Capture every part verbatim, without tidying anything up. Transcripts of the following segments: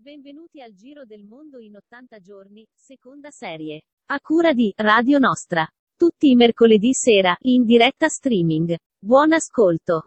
Benvenuti al Giro del Mondo in ottanta giorni, seconda serie. A cura di Radio Nostra. Tutti i mercoledì sera, in diretta streaming. Buon ascolto.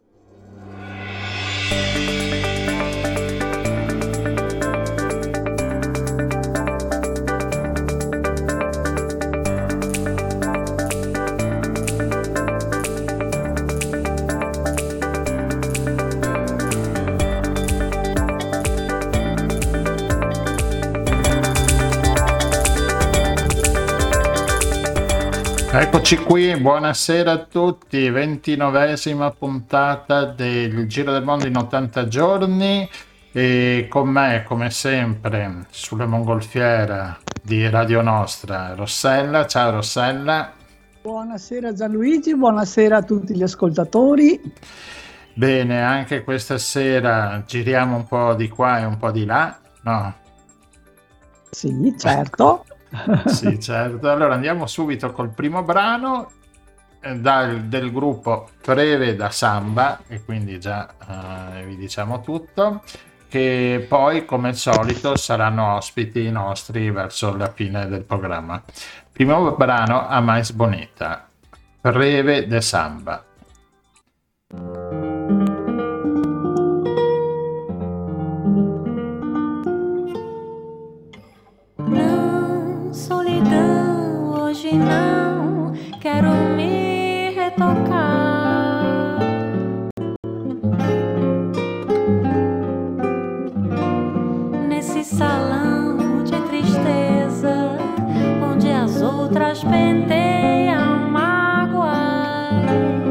Eccoci qui, buonasera a tutti, ventinovesima puntata del Giro del Mondo in ottanta giorni e con me come sempre sulla mongolfiera di Radio Nostra Rossella. Ciao Rossella. Buonasera Gianluigi, buonasera a tutti gli ascoltatori. Bene, anche questa sera giriamo un po' di qua e un po' di là, no? Sì, certo. Sì, certo. Allora andiamo subito col primo brano eh, dal, del gruppo Preve da Samba, e quindi già eh, vi diciamo tutto, che poi come al solito saranno ospiti nostri verso la fine del programma. Primo brano, A Mais Bonita, Preve da Samba. Hoje não quero me retocar. Nesse salão de tristeza, onde as outras penteiam mágoas,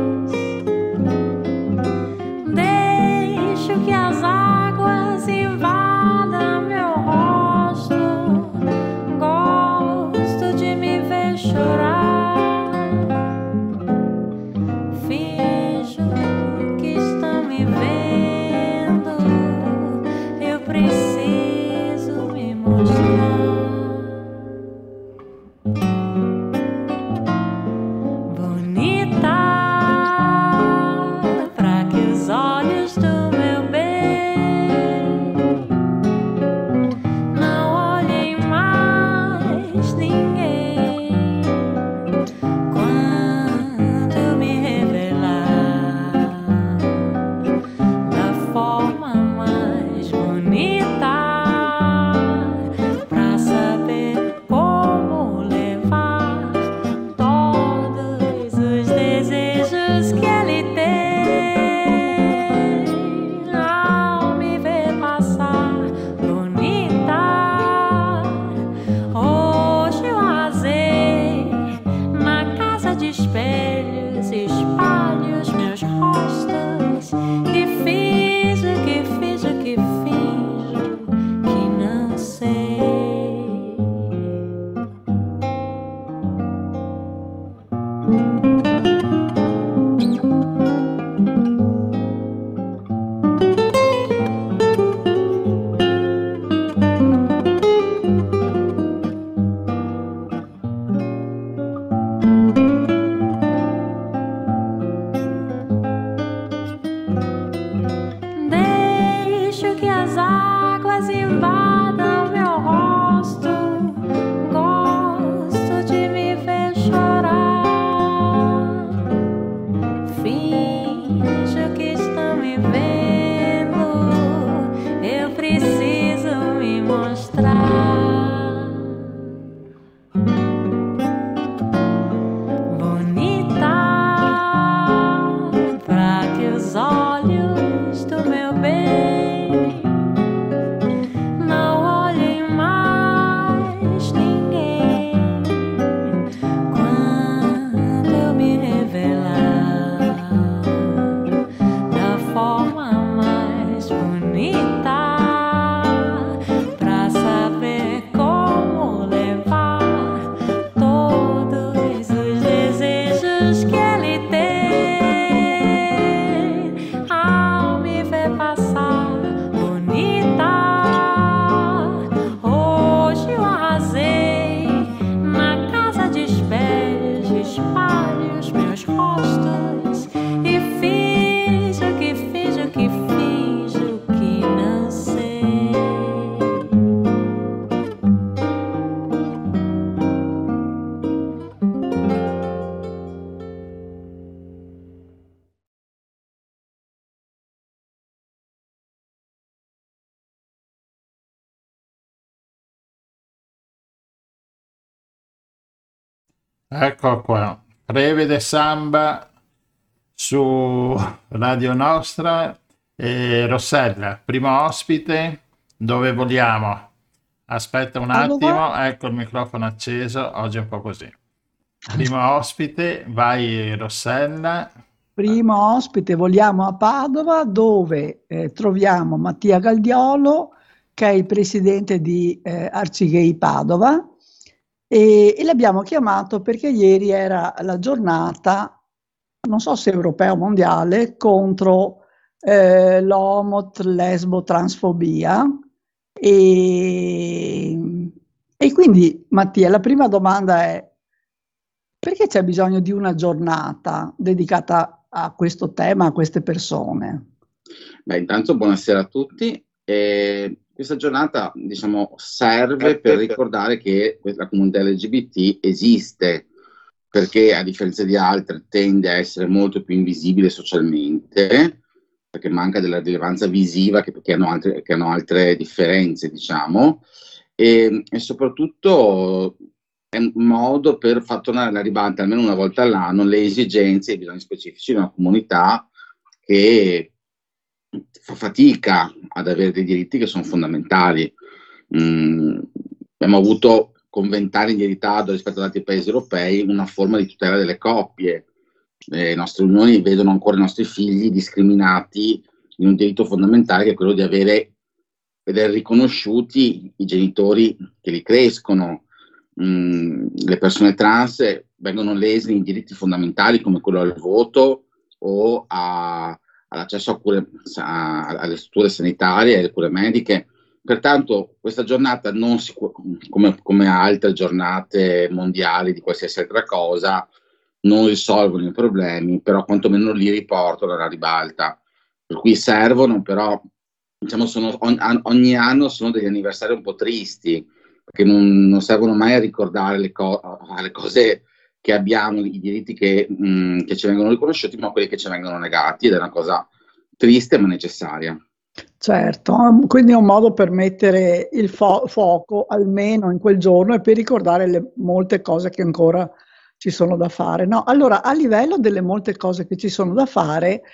deixo que as águas invadam meu rosto. Gosto de me ver chorar, finjo que estão me vendo, eu preciso me mostrar. Ecco qua, Prevede Samba su Radio Nostra e Rossella, primo ospite, dove vogliamo? Aspetta un Padova, attimo, ecco il microfono acceso, oggi è un po' così. Primo ospite, vai Rossella. primo ospite, vogliamo a Padova, dove eh, troviamo Mattia Galdiolo, che è il presidente di eh, Arcigay Padova, e, e l'abbiamo chiamato perché ieri era la giornata, non so se europea o mondiale, contro eh, l'omot, lesbo, transfobia. E, e quindi, Mattia, la prima domanda è: perché c'è bisogno di una giornata dedicata a questo tema, a queste persone? Beh, intanto buonasera a tutti. E questa giornata, diciamo, serve per ricordare che la comunità L G B T esiste, perché a differenza di altre tende a essere molto più invisibile socialmente, perché manca della rilevanza visiva che, che, hanno, altre, che hanno altre differenze, diciamo, e, e soprattutto è un modo per far tornare alla ribalta almeno una volta all'anno le esigenze e i bisogni specifici di una comunità che fa fatica ad avere dei diritti che sono fondamentali. Mm, abbiamo avuto con vent'anni di ritardo rispetto ad altri paesi europei una forma di tutela delle coppie. Le nostre unioni vedono ancora i nostri figli discriminati in un diritto fondamentale che è quello di avere vedere riconosciuti i genitori che li crescono. Mm, le persone trans vengono lesi in diritti fondamentali come quello al voto o a all'accesso a cure, a, alle strutture sanitarie e alle cure mediche. Pertanto questa giornata, non si, come, come altre giornate mondiali di qualsiasi altra cosa, non risolvono i problemi, però quantomeno li riportano alla ribalta. Per cui servono, però diciamo sono, ogni, ogni anno sono degli anniversari un po' tristi, perché non, non servono mai a ricordare le, co- le cose che abbiamo, i diritti che, mh, che ci vengono riconosciuti, ma quelli che ci vengono negati, ed è una cosa triste ma necessaria. Certo, quindi è un modo per mettere il fo- fuoco almeno in quel giorno e per ricordare le molte cose che ancora ci sono da fare. No, allora, a livello delle molte cose che ci sono da fare,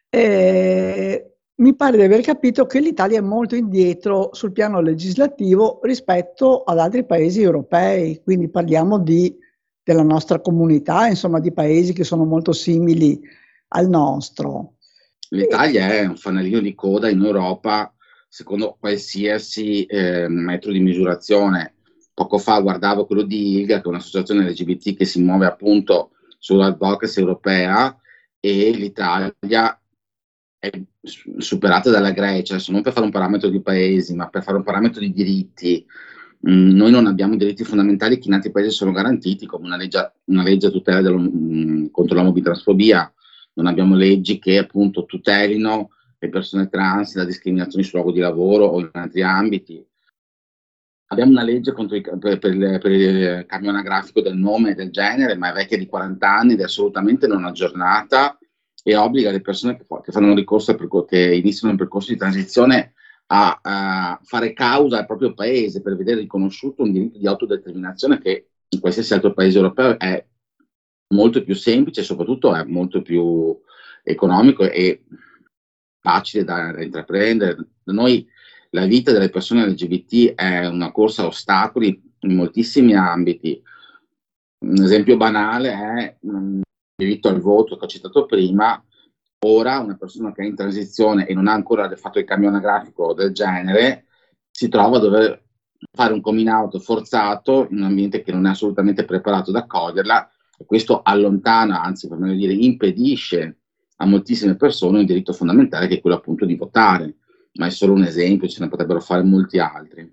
eh, mi pare di aver capito che l'Italia è molto indietro sul piano legislativo rispetto ad altri paesi europei, quindi parliamo di, della nostra comunità, insomma, di paesi che sono molto simili al nostro. L'Italia è un fanalino di coda in Europa secondo qualsiasi eh, metro di misurazione. Poco fa guardavo quello di I L G A, che è un'associazione L G B T che si muove appunto sull'advocacy europea, e l'Italia è superata dalla Grecia, adesso non per fare un parametro di paesi, ma per fare un parametro di diritti. Mm, noi non abbiamo diritti fondamentali che in altri paesi sono garantiti, come una legge, una legge a tutela dello, mm, contro l'omobitransfobia. Non abbiamo leggi che appunto tutelino le persone trans da discriminazioni sul luogo di lavoro o in altri ambiti. Abbiamo una legge contro i, per, per, il, per il cambio anagrafico del nome e del genere, ma è vecchia di quaranta anni ed è assolutamente non aggiornata, e obbliga le persone che, che fanno un ricorso, che iniziano un percorso di transizione a, a fare causa al proprio paese per vedere riconosciuto un diritto di autodeterminazione che in qualsiasi altro paese europeo è molto più semplice e soprattutto è molto più economico e facile da, da intraprendere. Da noi la vita delle persone L G B T è una corsa a ostacoli in moltissimi ambiti. Un esempio banale è il diritto al voto che ho citato prima. Ora una persona che è in transizione e non ha ancora fatto il cambio anagrafico del genere si trova a dover fare un coming out forzato in un ambiente che non è assolutamente preparato ad accoglierla, e questo allontana, anzi per meglio dire impedisce a moltissime persone un diritto fondamentale che è quello appunto di votare. Ma è solo un esempio, ce ne potrebbero fare molti altri.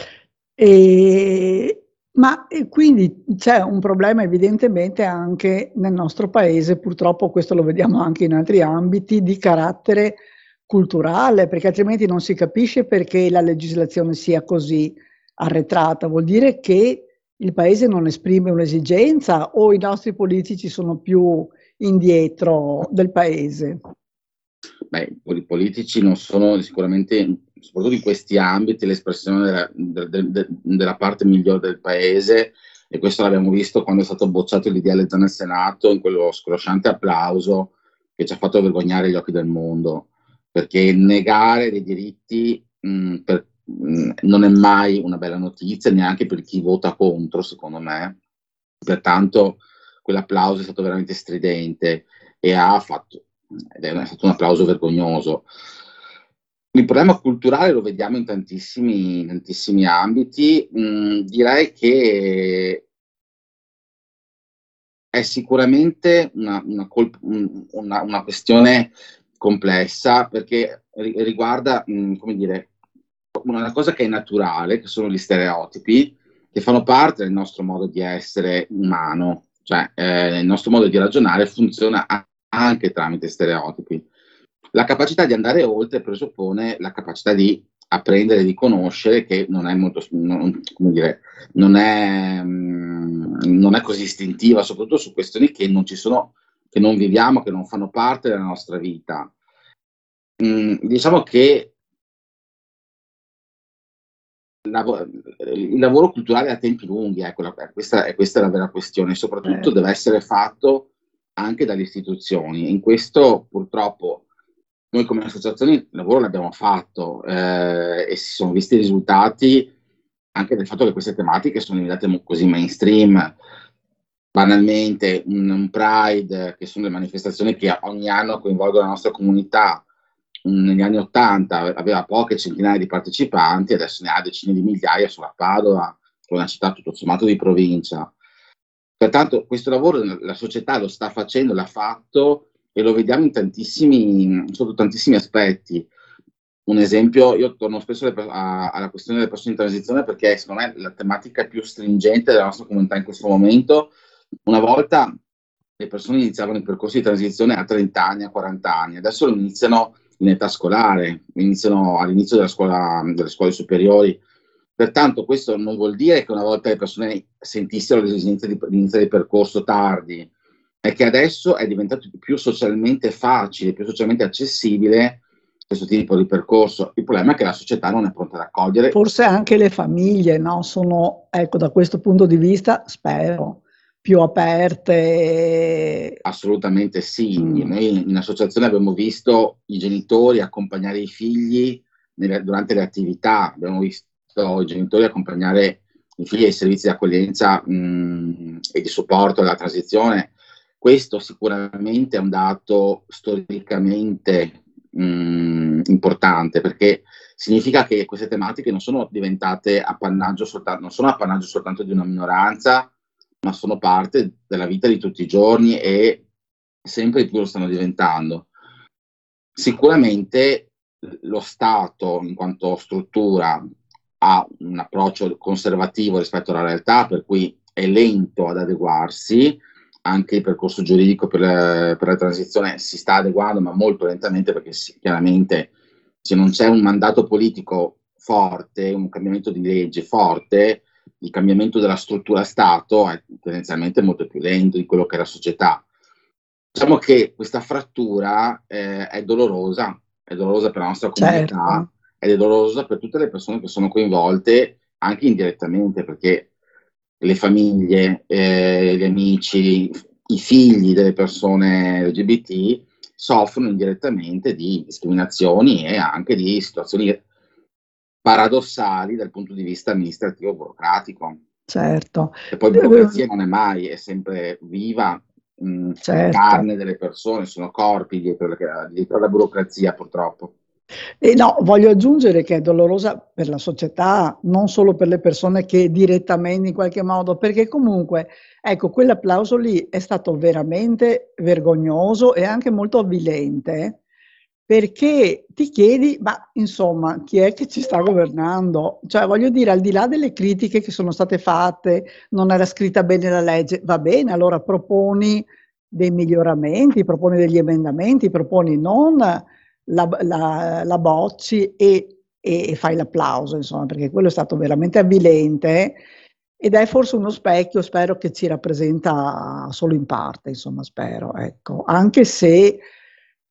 E, ma e quindi c'è un problema evidentemente anche nel nostro paese, purtroppo questo lo vediamo anche in altri ambiti, di carattere culturale, perché altrimenti non si capisce perché la legislazione sia così arretrata. Vuol dire che il paese non esprime un'esigenza o i nostri politici sono più indietro del paese? Beh, i politici non sono sicuramente, soprattutto in questi ambiti, l'espressione della, de, de, de, della parte migliore del paese, e questo l'abbiamo visto quando è stato bocciato il D D L Zan al Senato, in quello scrosciante applauso che ci ha fatto vergognare agli occhi del mondo, perché negare dei diritti mh, per, mh, non è mai una bella notizia, neanche per chi vota contro, secondo me. Pertanto quell'applauso è stato veramente stridente e ha fatto, ed è stato un applauso vergognoso. Il problema culturale lo vediamo in tantissimi, in tantissimi ambiti. Mm, direi che è sicuramente una, una, colp- una, una questione complessa, perché ri- riguarda, mh, come dire, una cosa che è naturale, che sono gli stereotipi, che fanno parte del nostro modo di essere umano, cioè eh, il nostro modo di ragionare funziona a- anche tramite stereotipi. La capacità di andare oltre presuppone la capacità di apprendere, di conoscere, che non è molto, non, come dire, non è, mh, non è così istintiva, soprattutto su questioni che non ci sono, che non viviamo, che non fanno parte della nostra vita. Mm, diciamo che lav- il lavoro culturale a tempi lunghi, ecco, la- questa, è, questa è la vera questione, soprattutto Eh, deve essere fatto anche dalle istituzioni. In questo purtroppo noi come associazioni il lavoro l'abbiamo fatto eh, e si sono visti i risultati anche del fatto che queste tematiche sono diventate mo- così mainstream. Banalmente, un, un Pride, che sono le manifestazioni che ogni anno coinvolgono la nostra comunità, mm, negli anni Ottanta aveva poche centinaia di partecipanti, adesso ne ha decine di migliaia solo a Padova, che è una città tutto sommato di provincia. Pertanto questo lavoro la società lo sta facendo, l'ha fatto e lo vediamo in tantissimi, sotto tantissimi aspetti. Un esempio, io torno spesso alle per- a- alla questione delle persone in transizione perché secondo me è la tematica più stringente della nostra comunità in questo momento. Una volta le persone iniziavano i percorsi di transizione a trenta anni, a quaranta anni, adesso lo iniziano in età scolare, iniziano all'inizio della scuola, delle scuole superiori. Pertanto questo non vuol dire che una volta le persone sentissero l'esigenza di, di iniziare il percorso tardi, è che adesso è diventato più socialmente facile, più socialmente accessibile questo tipo di percorso. Il problema è che la società non è pronta ad accogliere. Forse anche le famiglie, no, sono, ecco, da questo punto di vista, spero, più aperte. Assolutamente sì. Mm. Noi in associazione abbiamo visto i genitori accompagnare i figli nelle- durante le attività, abbiamo visto i genitori accompagnare i figli ai servizi di accoglienza mh, e di supporto alla transizione. Questo sicuramente è un dato storicamente mh, importante, perché significa che queste tematiche non sono diventate appannaggio soltanto, non sono appannaggio soltanto di una minoranza, ma sono parte della vita di tutti i giorni e sempre di più lo stanno diventando. Sicuramente lo Stato, in quanto struttura, ha un approccio conservativo rispetto alla realtà, per cui è lento ad adeguarsi. Anche il percorso giuridico per la, per la transizione si sta adeguando, ma molto lentamente, perché sì, chiaramente se non c'è un mandato politico forte, un cambiamento di legge forte, il cambiamento della struttura Stato è tendenzialmente molto più lento di quello che è la società. Diciamo che questa frattura eh, è dolorosa, è dolorosa per la nostra comunità Certo, ed è dolorosa per tutte le persone che sono coinvolte, anche indirettamente, perché le famiglie, eh, gli amici, i figli delle persone L G B T soffrono indirettamente di discriminazioni e anche di situazioni paradossali dal punto di vista amministrativo burocratico. certo, E poi burocrazia Eh, non è mai, è sempre viva, mh, è certo. carne delle persone, sono corpi dietro, la- dietro la burocrazia purtroppo. E no, voglio aggiungere che è dolorosa per la società, non solo per le persone che direttamente in qualche modo, perché comunque, ecco, quell'applauso lì è stato veramente vergognoso e anche molto avvilente, perché ti chiedi, ma insomma, chi è che ci sta governando? Cioè, voglio dire, al di là delle critiche che sono state fatte, non era scritta bene la legge, va bene, allora proponi dei miglioramenti, proponi degli emendamenti, proponi non la, la, la bocci e, e fai l'applauso, insomma, perché quello è stato veramente avvilente ed è forse uno specchio, spero che ci rappresenta solo in parte, insomma, spero, ecco, anche se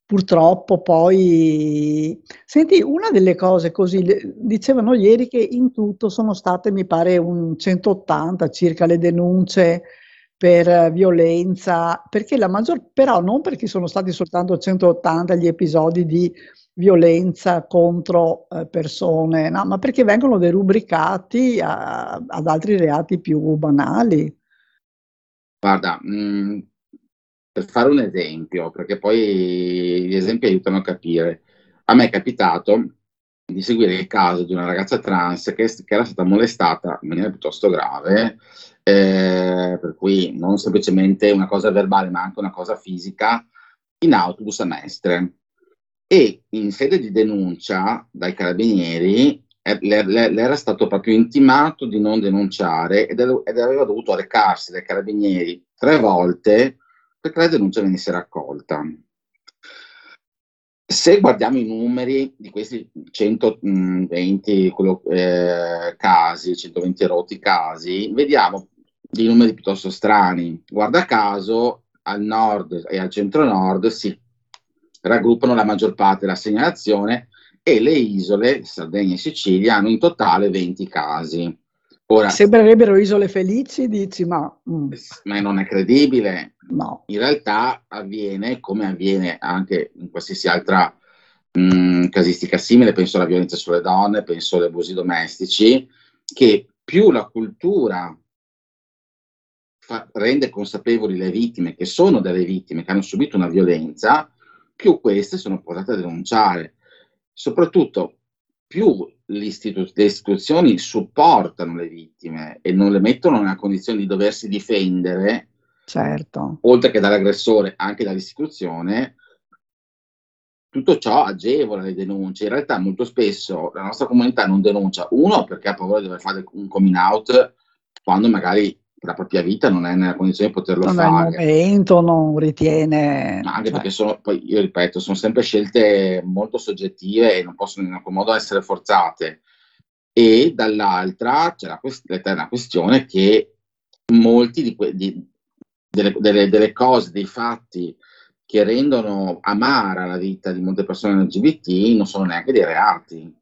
purtroppo poi... Senti, una delle cose così, le- dicevano ieri che in tutto sono state, mi pare, un centottanta circa le denunce per eh, violenza, perché la maggior, però non perché sono stati soltanto centottanta gli episodi di violenza contro eh, persone, no, ma perché vengono derubricati a- ad altri reati più banali. Guarda, mh, per fare un esempio, perché poi gli esempi aiutano a capire, a me è capitato di seguire il caso di una ragazza trans che, che era stata molestata in maniera piuttosto grave, eh, per cui non semplicemente una cosa verbale, ma anche una cosa fisica, in autobus a Mestre. E in sede di denuncia dai carabinieri eh, le, le- le era stato proprio intimato di non denunciare ed, ed aveva dovuto recarsi dai carabinieri tre volte perché la denuncia venisse raccolta. Se guardiamo i numeri di questi centoventi quello, eh, casi, centoventi rotti casi, vediamo dei numeri piuttosto strani. Guarda caso, al nord e al centro-nord si raggruppano la maggior parte della segnalazione e le isole, Sardegna e Sicilia, hanno in totale venti casi. Ora, Sembrerebbero isole felici, dici, ma mm, ma non è credibile. no. In realtà avviene come avviene anche in qualsiasi altra mh, casistica simile, penso alla violenza sulle donne, penso agli abusi domestici, che più la cultura fa- rende consapevoli le vittime, che sono delle vittime, che hanno subito una violenza, più queste sono portate a denunciare. Soprattutto più l'istitu- le istituzioni supportano le vittime e non le mettono nella condizione di doversi difendere, Certo. oltre che dall'aggressore, anche dall'istituzione, tutto ciò agevola le denunce. In realtà molto spesso la nostra comunità non denuncia, uno perché ha paura di dover fare un coming out quando magari la propria vita non è nella condizione di poterlo Non è il fare, momento, non ritiene, ma anche cioè, perché sono, poi io ripeto, sono sempre scelte molto soggettive e non possono in alcun modo essere forzate. E dall'altra c'è la quest- l'eterna questione che molti di, que- di- delle, delle- delle cose, dei fatti che rendono amara la vita di molte persone L G B T non sono neanche dei reati,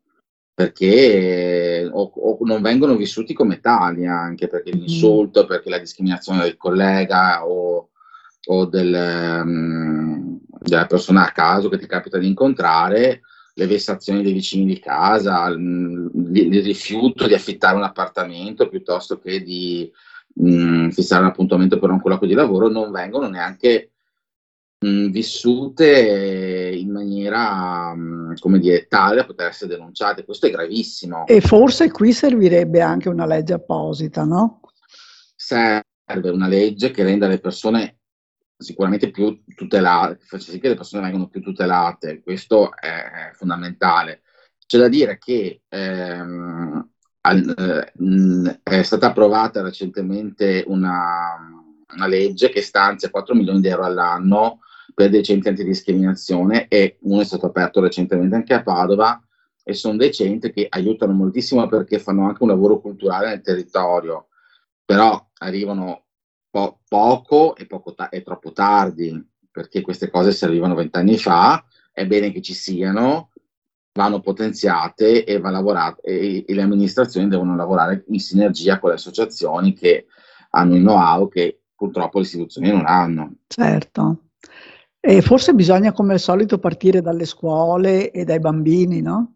perché o, o non vengono vissuti come tali, anche perché mm, l'insulto, perché la discriminazione del collega o, o del, mm, della persona a caso che ti capita di incontrare, le vessazioni dei vicini di casa, mm, il, il rifiuto di affittare un appartamento piuttosto che di mm, fissare un appuntamento per un colloquio di lavoro, non vengono neanche mh, vissute in maniera, mh, come dire, tale da poter essere denunciate. Questo è gravissimo. e forse qui servirebbe anche una legge apposita, no? Serve una legge che renda le persone sicuramente più tutelate, che faccia sì che le persone vengano più tutelate. Questo è fondamentale. C'è da dire che ehm, al- eh, mh, è stata approvata recentemente una, una legge che stanzia quattro milioni di euro all'anno per dei centri antidiscriminazione e uno è stato aperto recentemente anche a Padova e sono dei centri che aiutano moltissimo perché fanno anche un lavoro culturale nel territorio, però arrivano po- poco e, poco ta- e troppo tardi, perché queste cose servivano vent'anni fa, è bene che ci siano, vanno potenziate e, va lavorato, e, e le amministrazioni devono lavorare in sinergia con le associazioni che hanno il know-how che purtroppo le istituzioni non hanno. Certo. E forse bisogna, come al solito, partire dalle scuole e dai bambini, no?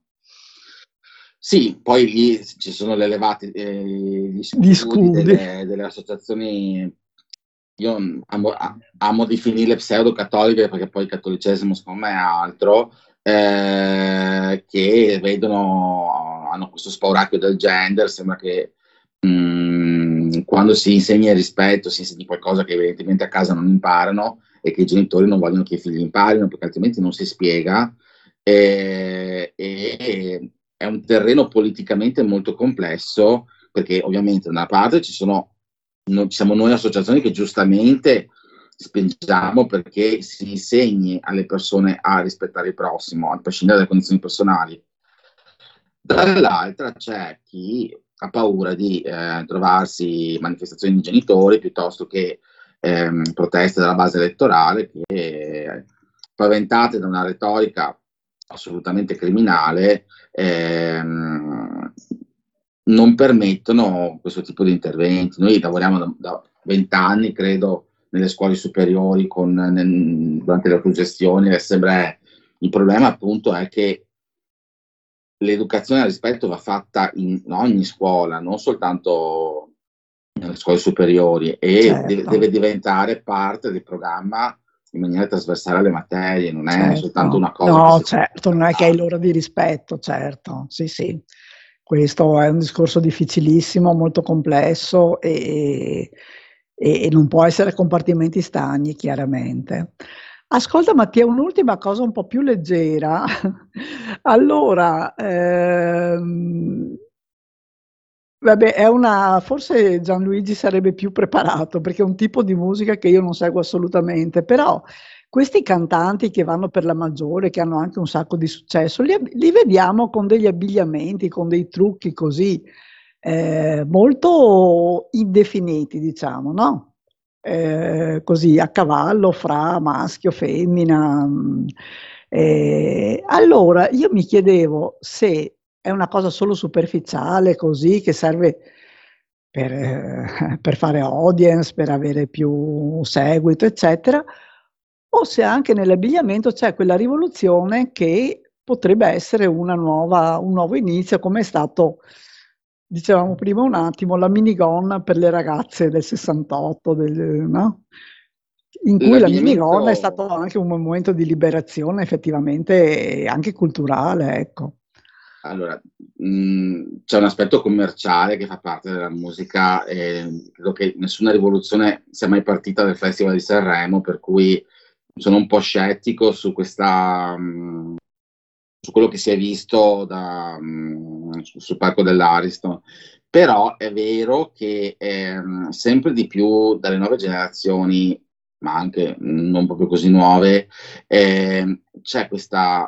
Sì, poi lì ci sono le elevate, eh, gli Gli scudi scudi. delle, delle associazioni. Io amo, amo definirle pseudo-cattoliche perché poi il cattolicesimo secondo me è altro, eh, che vedono, hanno questo spauracchio del gender, sembra che mh, quando si insegna il rispetto si insegni qualcosa che evidentemente a casa non imparano e che i genitori non vogliono che i figli imparino perché altrimenti non si spiega. Eh, e è un terreno politicamente molto complesso perché ovviamente da una parte ci sono non, siamo noi associazioni che giustamente spingiamo perché si insegni alle persone a rispettare il prossimo, a prescindere dalle condizioni personali. Dall'altra c'è chi ha paura di eh, trovarsi manifestazioni di genitori piuttosto che ehm, proteste dalla base elettorale che paventate da una retorica assolutamente criminale, ehm, non permettono questo tipo di interventi. Noi lavoriamo da vent'anni, credo, nelle scuole superiori con, nel, durante le autogestioni, le assemblee. Il problema appunto è che l'educazione al rispetto va fatta in ogni scuola, non soltanto nelle scuole superiori, e Certo. deve, deve diventare parte del programma in maniera trasversale alle materie, non è Certo. soltanto una cosa No, che si certo, non è che hai l'ora di rispetto, certo, sì, sì. Questo è un discorso difficilissimo, molto complesso e, e- e non può essere compartimenti stagni, chiaramente. Ascolta Mattia, un'ultima cosa un po' più leggera. Allora, ehm, vabbè, è una, forse Gianluigi sarebbe più preparato perché è un tipo di musica che io non seguo assolutamente, però questi cantanti che vanno per la maggiore, che hanno anche un sacco di successo, li, li vediamo con degli abbigliamenti, con dei trucchi così eh, molto indefiniti, diciamo, no? Eh, così a cavallo fra maschio, femmina. mm. Eh, allora, io mi chiedevo se è una cosa solo superficiale, così, che serve per, eh, per fare audience, per avere più seguito, eccetera, o se anche nell'abbigliamento c'è quella rivoluzione che potrebbe essere una nuova, un nuovo inizio, come è stato, dicevamo prima un attimo, la minigonna per le ragazze del sessantotto, del, no? In cui la minigonna è stato L'abbigliamento, anche un momento di liberazione effettivamente e anche culturale, ecco. allora, mh, c'è un aspetto commerciale che fa parte della musica, e credo che nessuna rivoluzione sia mai partita dal Festival di Sanremo, per cui sono un po' scettico su questa, mh, su quello che si è visto da, mh, su- sul palco dell'Ariston. Però è vero che ehm, sempre di più dalle nuove generazioni, ma anche mh, non proprio così nuove, ehm, c'è questa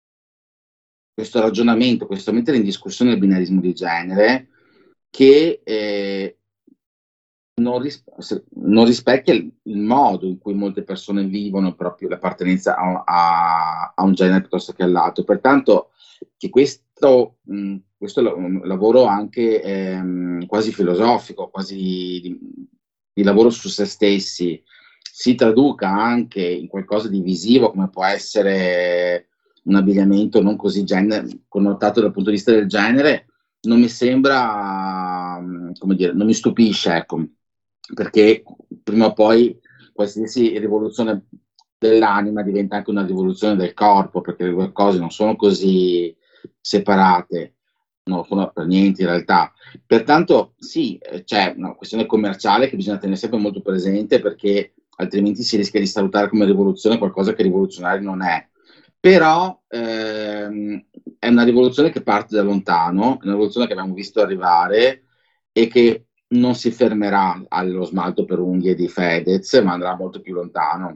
questo ragionamento, questo mettere in discussione il binarismo di genere che eh, non, ris- se- non rispecchia il, il modo in cui molte persone vivono proprio l'appartenenza a, a- a un genere piuttosto che all'altro. Pertanto che questo, mh, questo è un lavoro anche ehm, quasi filosofico, quasi di, di lavoro su se stessi, si traduca anche in qualcosa di visivo, come può essere un abbigliamento non così gener- connotato dal punto di vista del genere, non mi sembra, mh, come dire, non mi stupisce, ecco, perché prima o poi qualsiasi rivoluzione dell'anima diventa anche una rivoluzione del corpo, perché le due cose non sono così separate, non lo sono per niente in realtà. Pertanto sì, eh, c'è una questione commerciale che bisogna tenere sempre molto presente, perché altrimenti si rischia di salutare come rivoluzione qualcosa che rivoluzionario non è. Però ehm, è una rivoluzione che parte da lontano, è una rivoluzione che abbiamo visto arrivare e che non si fermerà allo smalto per unghie di Fedez, ma andrà molto più lontano.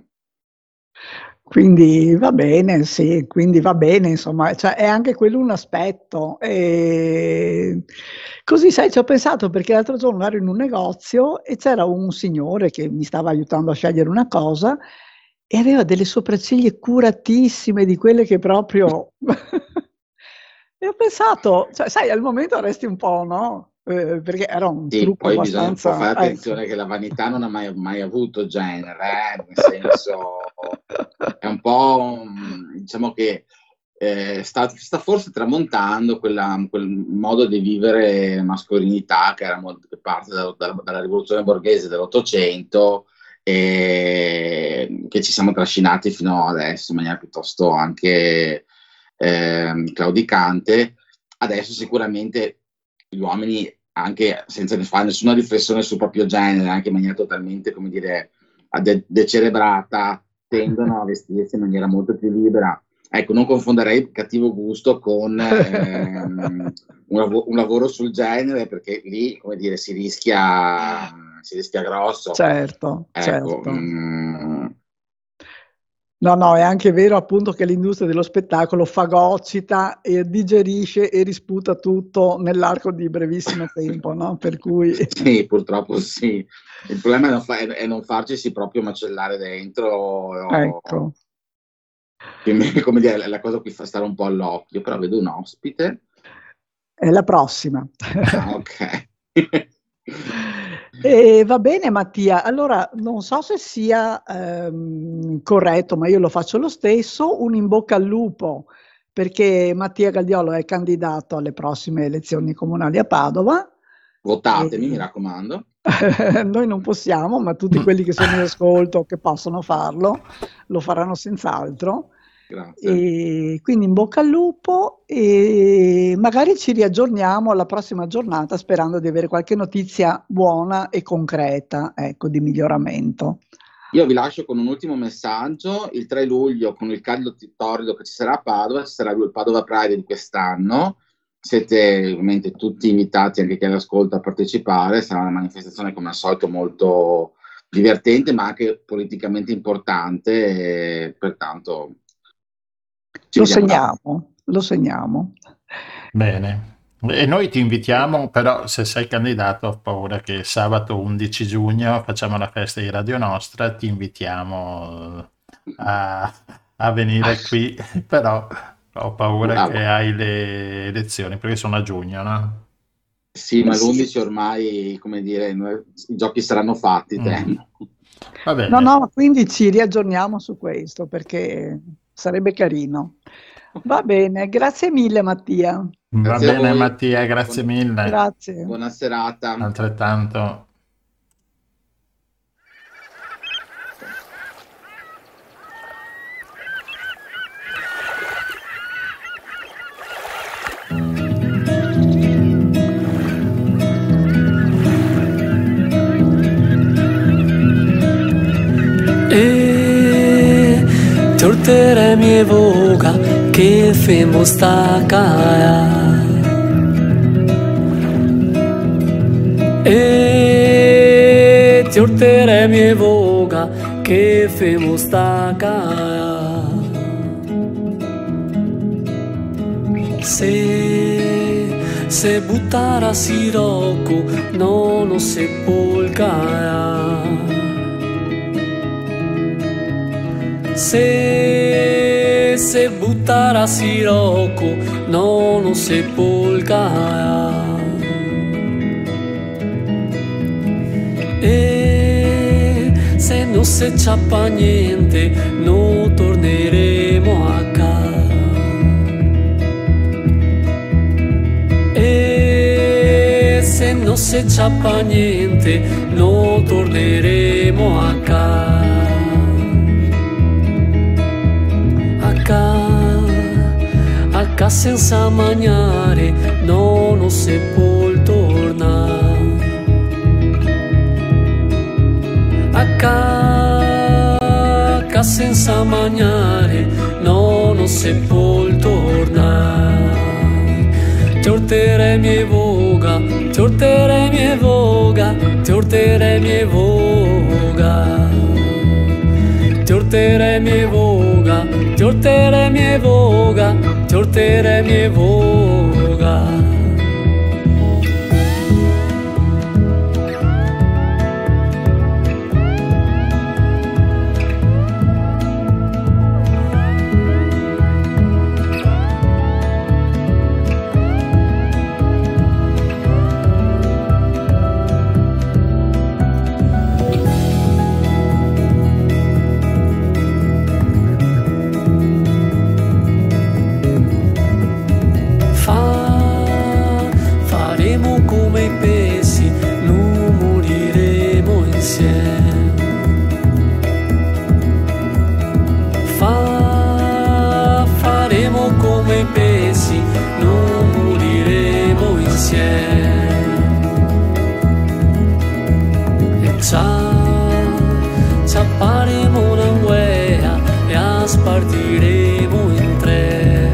Quindi va bene, sì, quindi va bene, insomma, cioè, è anche quello un aspetto. E così, sai, ci ho pensato perché l'altro giorno ero in un negozio e c'era un signore che mi stava aiutando a scegliere una cosa e aveva delle sopracciglia curatissime, di quelle che proprio... E ho pensato, cioè, sai, al momento resti un po', no? Eh, perché era un Sì, trucco poi bisogna un po' abbastanza... fare Ecco. attenzione che la vanità non ha mai, mai avuto genere, eh, nel senso è un po', un- diciamo che eh, sta, sta forse tramontando quella- quel modo di vivere mascolinità che, era molto- che parte da- da- dalla rivoluzione borghese dell'Ottocento e che ci siamo trascinati fino adesso in maniera piuttosto anche ehm, claudicante. Adesso sicuramente gli uomini, anche senza fare nessuna riflessione sul proprio genere, anche in maniera totalmente, come dire, de- decerebrata, tendono a vestirsi in maniera molto più libera. Ecco, non confonderei cattivo gusto con ehm, un, lav- un lavoro sul genere, perché lì, come dire, si rischia, si rischia grosso. Certo, Ecco, certo. mm, No, no, è anche vero appunto che l'industria dello spettacolo fagocita e digerisce e risputa tutto nell'arco di brevissimo tempo, no? Per cui, sì, purtroppo sì. Il problema è non, fa- è non farcisi proprio macellare dentro. ecco. Quindi, come dire, è la cosa che fa stare un po' all'occhio, però vedo un ospite. È la prossima. Ah, ok. E va bene Mattia, allora non so se sia ehm, corretto, ma io lo faccio lo stesso, un in bocca al lupo perché Mattia Galdiolo è candidato alle prossime elezioni comunali a Padova. Votatemi, E- mi raccomando. Noi non possiamo, ma tutti quelli che sono in ascolto che possono farlo lo faranno senz'altro. Grazie. E quindi in bocca al lupo e magari ci riaggiorniamo alla prossima giornata sperando di avere qualche notizia buona e concreta, ecco, di miglioramento. Io vi lascio con un ultimo messaggio. Il tre luglio, con il caldo torrido che ci sarà a Padova, ci sarà il Padova Pride di quest'anno. Siete ovviamente tutti invitati, anche chi è all'ascolto, a partecipare. Sarà una manifestazione come al solito molto divertente, ma anche politicamente importante. E pertanto ci Lo vediamo là. segniamo, lo segniamo. Bene. E noi ti invitiamo, però se sei candidato ho paura che sabato undici giugno facciamo la festa di Radio Nostra, ti invitiamo a, a venire qui, però ho paura Bravo. che hai le elezioni, perché sono a giugno, no? Sì, ma Sì. l'undici ormai, come dire, noi- i giochi saranno fatti, Mm. temo. Va bene. No, no, quindi ci riaggiorniamo su questo perché sarebbe carino. Va bene, grazie mille Mattia. Va Grazie a bene voi. Mattia, grazie Buon- mille. Grazie. Buona serata. Altrettanto. E tortere mi evoca che femo sta caia. E tortere mi evoca che femo sta caia. Se se buttara sirocco non lo sepolcaia. Se se buttara sirocco non lo sepolcaia. E se non se ciappa niente non torneremo a casa. E se non se ciappa niente non torneremo a casa. A casa senza mangiare non ho se può tornare. A casa senza mangiare non ho se può tornare. Tortere mi voga, tortere mi voga, tortere mi voga. Tortere mi voga, tortere mi voga, tortere mi voga. Partiremo in tre.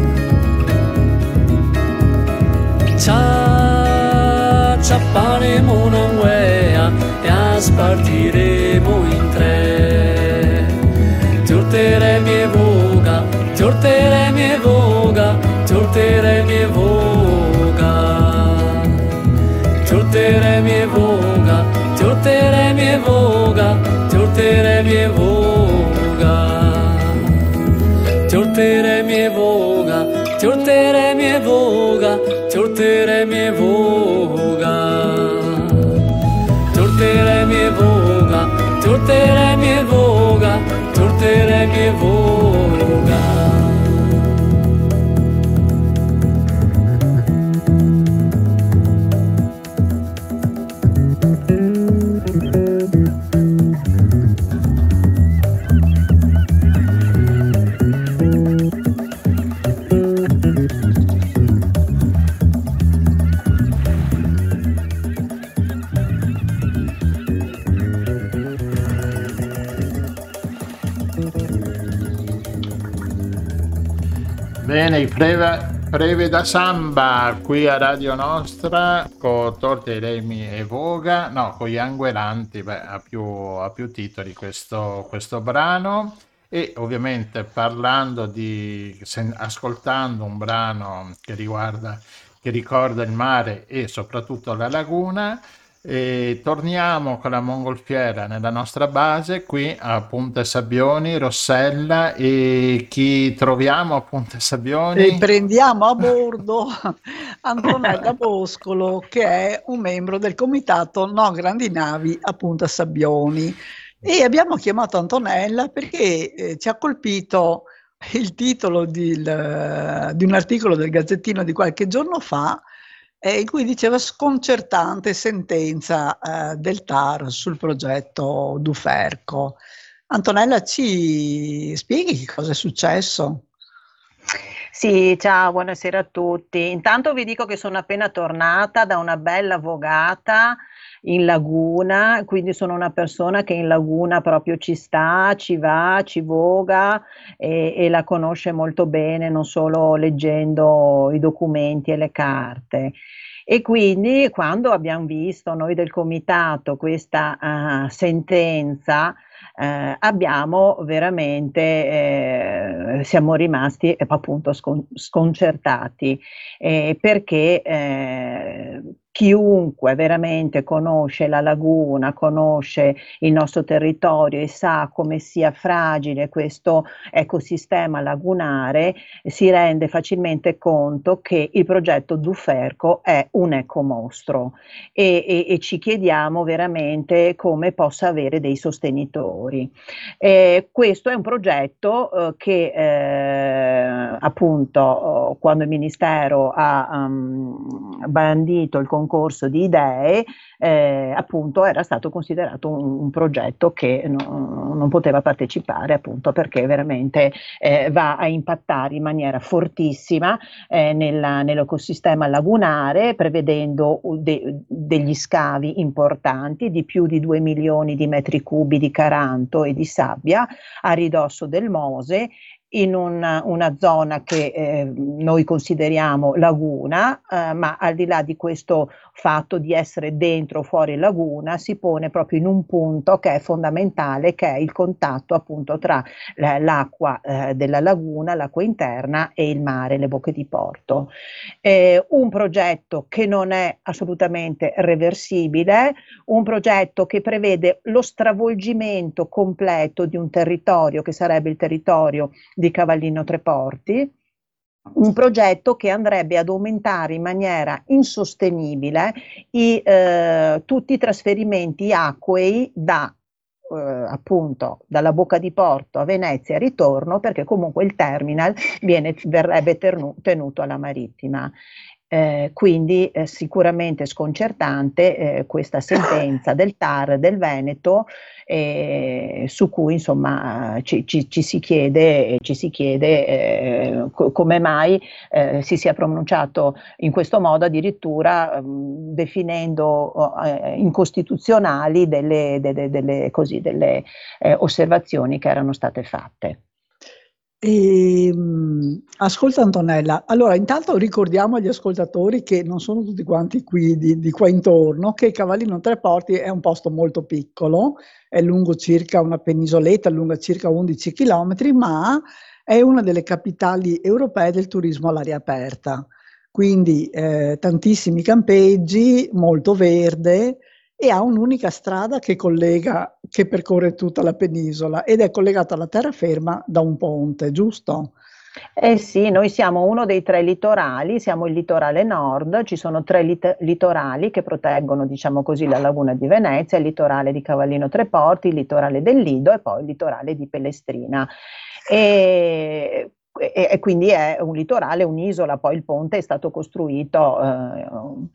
Ci acciapparemo una wea e spartiremo in tre. Tortere mi voga, tortere mi voga, tortere mi voga. Tortere mi voga, tortere mi voga, tortere mi voga. Tiortere mie voga, tiortere mie voga, tiortere mie voga. Tiortere mie voga, tiortere mie voga, tiortere mie voga. Bene, i preve, preve da samba qui a Radio Nostra con Torte Remi e Voga, no, con gli Anguelanti, beh, ha più, ha più titoli questo, questo brano. E ovviamente parlando di, sen, ascoltando un brano che riguarda, che ricorda il mare e soprattutto la laguna, e torniamo con la mongolfiera nella nostra base qui a Punta Sabbioni, Rossella. E chi troviamo a Punta Sabbioni? E prendiamo a bordo Antonella Boscolo, che è un membro del comitato No Grandi Navi a Punta Sabbioni. E abbiamo chiamato Antonella perché eh, ci ha colpito il titolo di, il, di un articolo del Gazzettino di qualche giorno fa, eh, in cui diceva sconcertante sentenza eh, del T A R sul progetto Duferco. Antonella, ci spieghi che cosa è successo? Sì, ciao, buonasera a tutti. Intanto vi dico che sono appena tornata da una bella vogata in laguna, quindi sono una persona che in laguna proprio ci sta, ci va, ci voga e, e la conosce molto bene, non solo leggendo i documenti e le carte. E quindi quando abbiamo visto noi del comitato questa uh, sentenza, eh, abbiamo veramente, eh, siamo rimasti eh, appunto scon- sconcertati eh, perché eh, chiunque veramente conosce la laguna, conosce il nostro territorio e sa come sia fragile questo ecosistema lagunare, si rende facilmente conto che il progetto Duferco è un ecomostro e, e, e ci chiediamo veramente come possa avere dei sostenitori. Eh, questo è un progetto eh, che eh, appunto quando il Ministero ha um, bandito il concorso concorso di idee, eh, appunto era stato considerato un, un progetto che no, non poteva partecipare, appunto perché veramente eh, va a impattare in maniera fortissima eh, nella, nell'ecosistema lagunare, prevedendo de, degli scavi importanti di più di due milioni di metri cubi di caranto e di sabbia a ridosso del Mose, in una, una zona che eh, noi consideriamo laguna, eh, ma al di là di questo fatto di essere dentro o fuori laguna, si pone proprio in un punto che è fondamentale, che è il contatto appunto tra eh, l'acqua eh, della laguna, l'acqua interna e il mare, le bocche di porto. Eh, un progetto che non è assolutamente reversibile, un progetto che prevede lo stravolgimento completo di un territorio che sarebbe il territorio di Cavallino Treporti, un progetto che andrebbe ad aumentare in maniera insostenibile i, eh, tutti i trasferimenti acquei da eh, appunto dalla Bocca di Porto a Venezia e ritorno, perché comunque il terminal viene, verrebbe ternu, tenuto alla Marittima. Eh, quindi eh, sicuramente sconcertante eh, questa sentenza del T A R del Veneto, eh, su cui insomma ci, ci, ci si chiede, ci si chiede eh, co- come mai eh, si sia pronunciato in questo modo, addirittura mh, definendo eh, incostituzionali delle, delle, delle, così, delle eh, osservazioni che erano state fatte. E, mh, ascolta Antonella, allora intanto ricordiamo agli ascoltatori che non sono tutti quanti qui di, di qua intorno, che Cavallino Treporti è un posto molto piccolo, è lungo circa una penisoletta, lunga circa undici chilometri, ma è una delle capitali europee del turismo all'aria aperta, quindi eh, tantissimi campeggi, molto verde, e ha un'unica strada che collega, che percorre tutta la penisola ed è collegata alla terraferma da un ponte, giusto? Eh sì, noi siamo uno dei tre litorali, siamo il litorale nord, ci sono tre lit- litorali che proteggono, diciamo così, la laguna di Venezia, il litorale di Cavallino Treporti, il litorale del Lido e poi il litorale di Pellestrina. E, e- e quindi è un litorale, un'isola, poi il ponte è stato costruito. eh,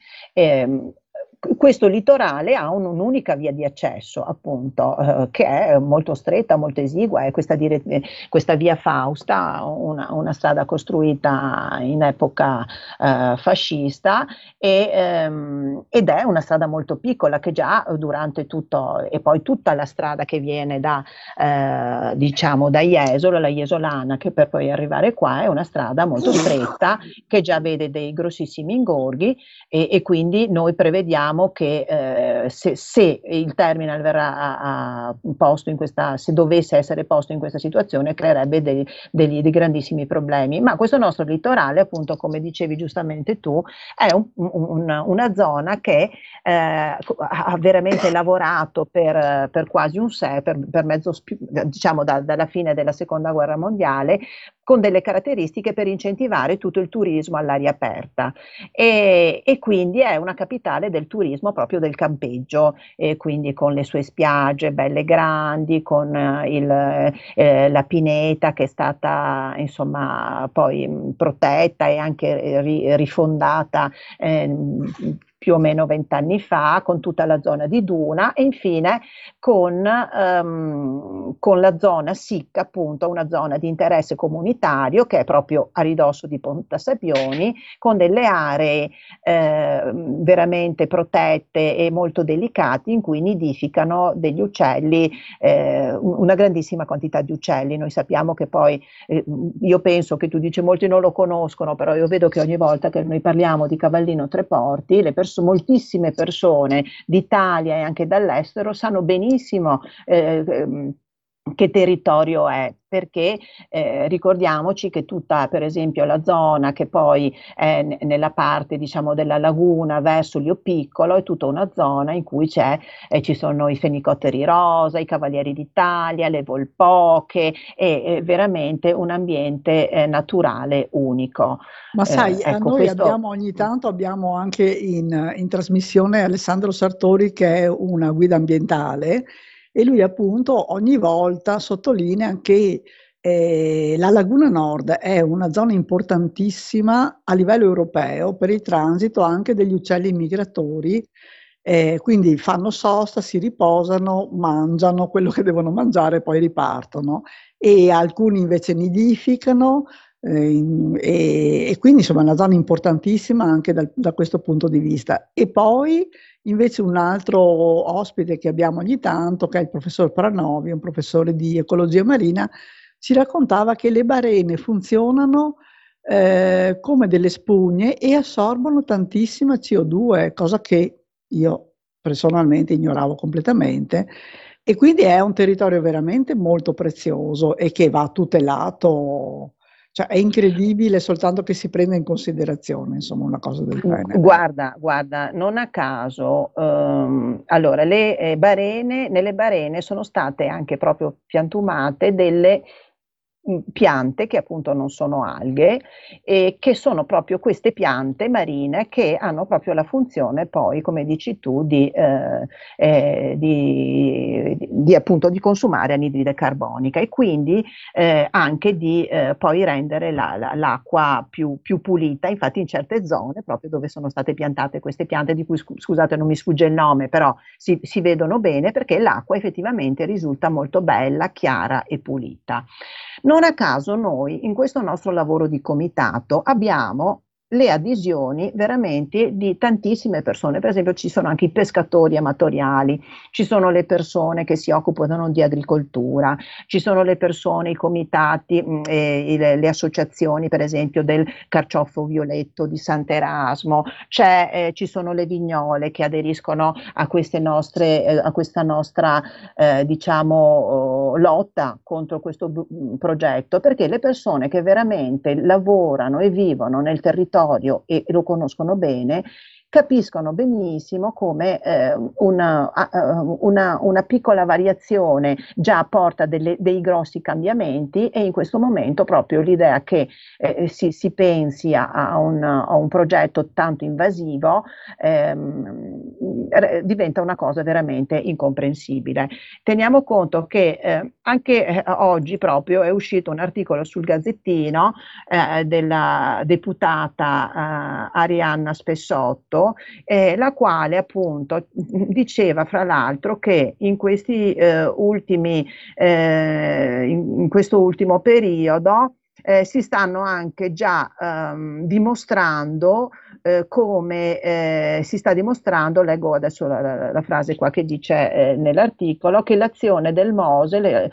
ehm, questo litorale ha un- un'unica via di accesso, appunto, eh, che è molto stretta, molto esigua, è questa dire- questa via Fausta, una, una strada costruita in epoca eh, fascista e, ehm, ed è una strada molto piccola che già durante tutto, e poi tutta la strada che viene da, eh, diciamo, da Jesolo, la Jesolana, che per poi arrivare qua è una strada molto stretta che già vede dei grossissimi ingorghi e, e quindi noi prevediamo che eh, se, se il terminal verrà a, a posto in questa, se dovesse essere posto in questa situazione, creerebbe dei, degli, dei grandissimi problemi. Ma questo nostro litorale, appunto, come dicevi giustamente tu, è un, un, una zona che eh, ha veramente lavorato per, per quasi un secolo, per, per mezzo, diciamo, da, dalla fine della seconda guerra mondiale, con delle caratteristiche per incentivare tutto il turismo all'aria aperta e, e quindi è una capitale del turismo proprio del campeggio, e quindi con le sue spiagge belle grandi, con eh, il, eh, la pineta che è stata insomma poi mh, protetta e anche ri- rifondata eh, più o meno vent'anni fa, con tutta la zona di duna e infine con, ehm, con la zona S I C, appunto una zona di interesse comunitario che è proprio a ridosso di Ponta Sabbioni, con delle aree eh, veramente protette e molto delicate in cui nidificano degli uccelli, eh, una grandissima quantità di uccelli. Noi sappiamo che poi, eh, io penso che tu dici molti non lo conoscono, però io vedo che ogni volta che noi parliamo di Cavallino Treporti, le perso- moltissime persone d'Italia e anche dall'estero sanno benissimo eh, ehm, che territorio è, perché eh, ricordiamoci che tutta, per esempio, la zona che poi è n- nella parte, diciamo, della laguna verso Lio Piccolo è tutta una zona in cui c'è, eh, ci sono i fenicotteri rosa, i cavalieri d'Italia, le volpoche, è, è veramente un ambiente eh, naturale unico. Ma Eh, sai, a ecco, noi questo. abbiamo ogni tanto abbiamo anche in, in trasmissione Alessandro Sartori che è una guida ambientale e lui appunto ogni volta sottolinea che eh, la Laguna Nord è una zona importantissima a livello europeo per il transito anche degli uccelli migratori, eh, quindi fanno sosta, si riposano, mangiano quello che devono mangiare e poi ripartono e alcuni invece nidificano eh, in- e, e quindi insomma è una zona importantissima anche dal- da questo punto di vista. E poi invece un altro ospite che abbiamo ogni tanto, che è il professor Pranovi, un professore di ecologia marina, ci raccontava che le balene funzionano eh, come delle spugne e assorbono tantissima C O due, cosa che io personalmente ignoravo completamente. E quindi è un territorio veramente molto prezioso e che va tutelato, cioè è incredibile soltanto che si prenda in considerazione, insomma, una cosa del genere. Guarda, guarda, non a caso, ehm, allora, le eh, barene, nelle barene sono state anche proprio piantumate delle mh, piante che appunto non sono alghe e che sono proprio queste piante marine che hanno proprio la funzione poi, come dici tu, di, eh, eh, di, di- di, appunto di consumare anidride carbonica e quindi eh, anche di eh, poi rendere la- la- l'acqua più, più pulita. Infatti in certe zone, proprio dove sono state piantate queste piante, di cui scu- scusate non mi sfugge il nome, però si, si vedono bene perché l'acqua effettivamente risulta molto bella, chiara e pulita. Non a caso noi in questo nostro lavoro di comitato abbiamo le adesioni veramente di tantissime persone, per esempio ci sono anche i pescatori amatoriali, ci sono le persone che si occupano di agricoltura, ci sono le persone, i comitati, mh, e le, le associazioni per esempio del carciofo violetto di Sant'Erasmo, c'è, eh, ci sono le vignole che aderiscono a queste nostre, eh, a questa nostra eh, diciamo oh, lotta contro questo bu- progetto, perché le persone che veramente lavorano e vivono nel territorio e lo conoscono bene capiscono benissimo come eh, una, uh, una, una piccola variazione già porta delle, dei grossi cambiamenti, e in questo momento proprio l'idea che eh, si, si pensi a, a, un, a un progetto tanto invasivo ehm, diventa una cosa veramente incomprensibile. Teniamo conto che eh, anche eh, oggi proprio è uscito un articolo sul Gazzettino eh, della deputata eh, Arianna Spessotto, eh, la quale appunto diceva fra l'altro che in questi eh, ultimi eh, in, in questo ultimo periodo eh, si stanno anche già ehm, dimostrando eh, come eh, si sta dimostrando, leggo adesso la, la, la frase qua che dice eh, nell'articolo, che l'azione del Mose le,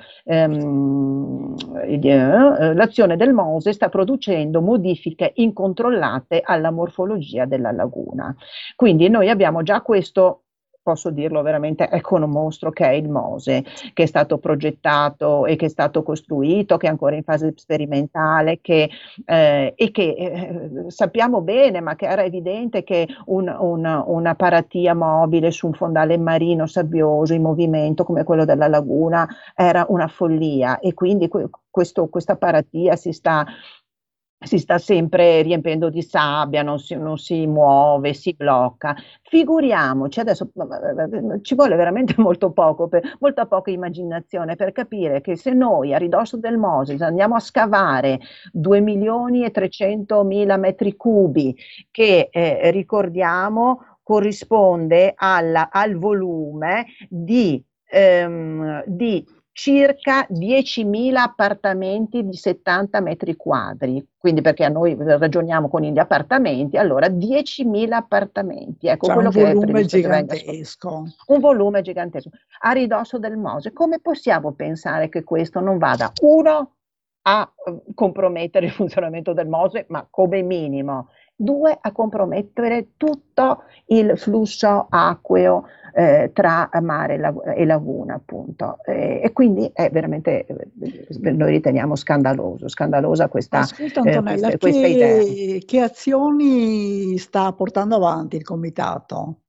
ehm, eh, l'azione del Mose sta producendo modifiche incontrollate alla morfologia della laguna. Quindi noi abbiamo già questo, posso dirlo veramente, ecco un mostro che è il Mose, che è stato progettato e che è stato costruito, che è ancora in fase sperimentale, che, eh, e che eh, sappiamo bene, ma che era evidente che un, un, una paratia mobile su un fondale marino sabbioso in movimento come quello della laguna era una follia, e quindi que- questo, questa paratia si sta si sta sempre riempendo di sabbia, non si, non si muove, si blocca. Figuriamoci, adesso ci vuole veramente molto poco, per, molta poca immaginazione per capire che se noi a ridosso del Mose andiamo a scavare due milioni e trecentomila metri cubi, che eh, ricordiamo corrisponde alla, al volume di, ehm, di circa diecimila appartamenti di settanta metri quadri, quindi perché a noi ragioniamo con gli appartamenti, allora diecimila appartamenti, ecco Cioè quello un che è volume previsto che venga gigantesco. un volume gigantesco a ridosso del Mose. Come possiamo pensare che questo non vada, uno, a eh, compromettere il funzionamento del Mose, ma come minimo, due, a compromettere tutto il flusso acqueo eh, tra mare e, lag- e laguna, appunto. Eh, e quindi è veramente, eh, noi riteniamo scandaloso, scandalosa questa, Ascolta eh, Antonella, queste, questa idea. che, che azioni sta portando avanti il comitato?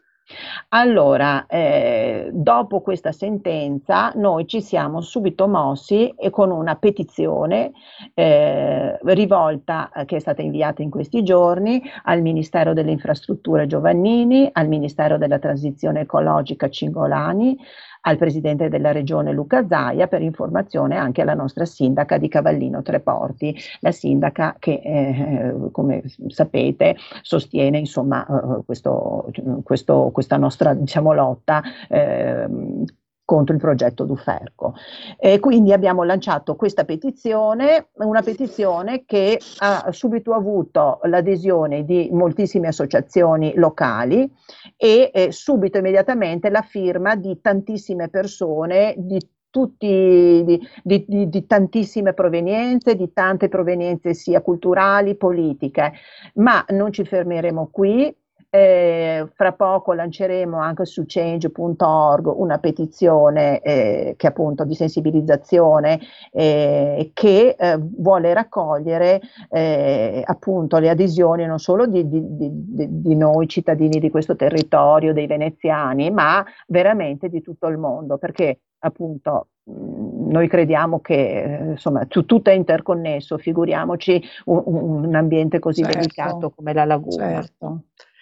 Allora, eh, dopo questa sentenza, noi ci siamo subito mossi e con una petizione eh, rivolta, eh, che è stata inviata in questi giorni, al Ministero delle Infrastrutture Giovannini, al Ministero della Transizione Ecologica Cingolani, al Presidente della Regione Luca Zaia, per informazione anche alla nostra sindaca di Cavallino Treporti, la sindaca che, eh, come sapete, sostiene insomma eh, questo, questo, questa nostra, diciamo, lotta eh, contro il progetto Duferco. E quindi abbiamo lanciato questa petizione, una petizione che ha subito avuto l'adesione di moltissime associazioni locali e eh, subito immediatamente la firma di tantissime persone di tutti, di, di, di, di tantissime provenienze, di tante provenienze sia culturali, politiche, ma non ci fermeremo qui. Eh, fra poco lanceremo anche su change punto org una petizione eh, che appunto di sensibilizzazione eh, che eh, vuole raccogliere eh, appunto le adesioni non solo di, di, di, di noi cittadini di questo territorio, dei veneziani, ma veramente di tutto il mondo, perché appunto mh, noi crediamo che eh, insomma tu, tutto è interconnesso, figuriamoci un, un ambiente così Certo, delicato come la laguna. certo.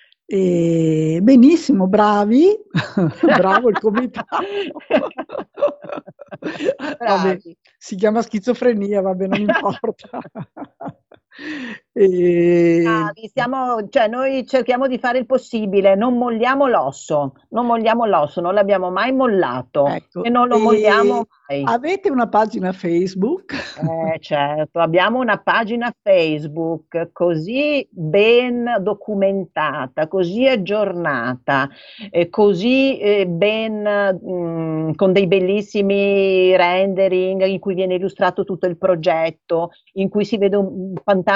E benissimo, bravi, bravo il comitato. Vabbè, si chiama schizofrenia, vabbè, non importa. E... Bravi, siamo, cioè noi cerchiamo di fare il possibile, non molliamo l'osso, non molliamo l'osso, non l'abbiamo mai mollato Ecco, e non lo e molliamo mai. avete una pagina Facebook? Eh, certo, abbiamo una pagina Facebook così ben documentata, così aggiornata, eh, così eh, ben mh, con dei bellissimi rendering in cui viene illustrato tutto il progetto, in cui si vede un fantastico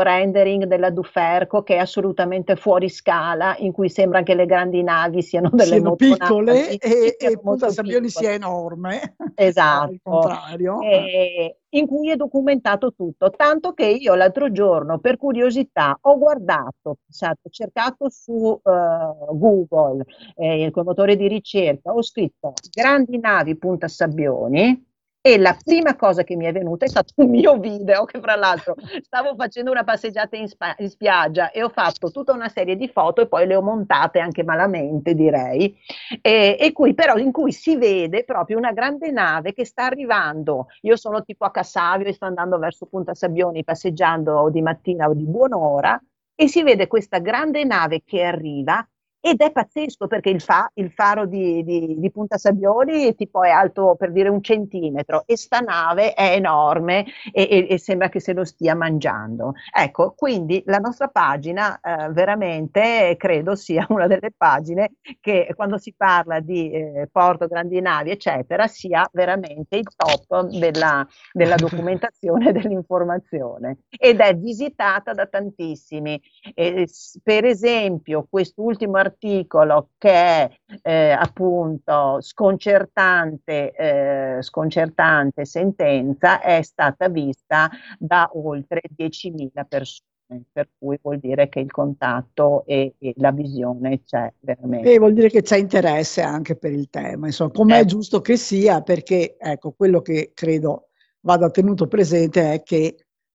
rendering della Duferco che è assolutamente fuori scala, in cui sembra che le grandi navi siano delle Siano piccole motonavi, e, siano e Punta molto Sabbioni piccole. sia enorme, al Esatto, contrario. eh, in cui è documentato tutto, tanto che io l'altro giorno per curiosità ho guardato, pensate, ho cercato su eh, Google, eh, col motore di ricerca, ho scritto grandi navi Punta Sabbioni e la prima cosa che mi è venuta è stato un mio video che fra l'altro stavo facendo una passeggiata in, spa- in spiaggia e ho fatto tutta una serie di foto e poi le ho montate anche malamente direi e, e cui però in cui si vede proprio una grande nave che sta arrivando. Io sono tipo a Cassavio e sto andando verso Punta Sabbioni passeggiando di mattina o di buon'ora e si vede questa grande nave che arriva ed è pazzesco perché il, fa- il faro di, di- di Punta Sabbioni tipo è alto per dire un centimetro e sta nave è enorme e, e- e sembra che se lo stia mangiando. Ecco, quindi la nostra pagina eh, veramente credo sia una delle pagine che quando si parla di eh, porto, grandi navi, eccetera, sia veramente il top della, della documentazione e dell'informazione ed è visitata da tantissimi. Eh, s- per esempio, quest'ultimo articolo che è eh, appunto sconcertante, eh, sconcertante sentenza è stata vista da oltre diecimila persone, per cui vuol dire che il contatto e, e la visione c'è veramente. E vuol dire che c'è interesse anche per il tema, insomma, come è Eh, giusto che sia, perché ecco, quello che credo vada tenuto presente è che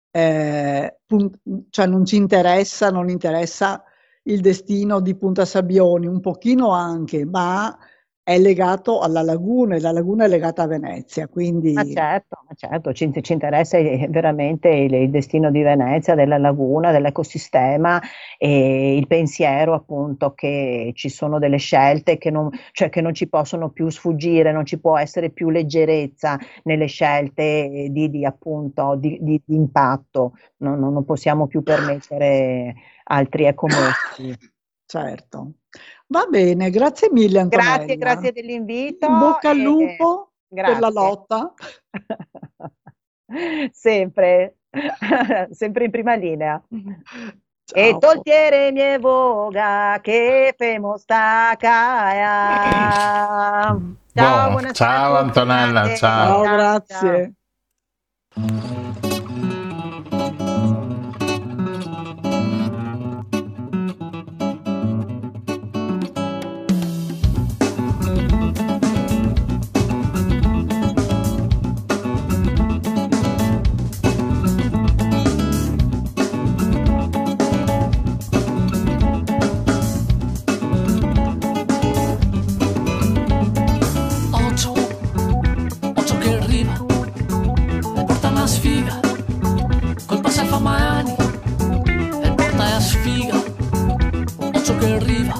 eh, pun- cioè non ci interessa, non interessa il destino di Punta Sabbioni, un pochino anche, ma è legato alla laguna e la laguna è legata a Venezia, Ma quindi certo, ma certo, ci, ci interessa eh, veramente il, il destino di Venezia, della laguna, dell'ecosistema e il pensiero appunto che ci sono delle scelte che non, cioè che non ci possono più sfuggire, non ci può essere più leggerezza nelle scelte di, di, appunto di, di- di impatto, non, non- non possiamo più permettere altri ecomostri. certo. Va bene, grazie mille Grazie, Antonella. grazie dell'invito In bocca al e lupo per la grazie. lotta. Sempre, sempre in prima linea. E Ciao. toltiere mie voga che femo sta caia. Ciao, Boh, buonasera ciao a tutti, Antonella, grazie. ciao. Ciao, Ciao, ciao. grazie. Occhio, occhio che arriva e porta una sfiga col passo al famani e porta la sfiga. Occhio che arriva,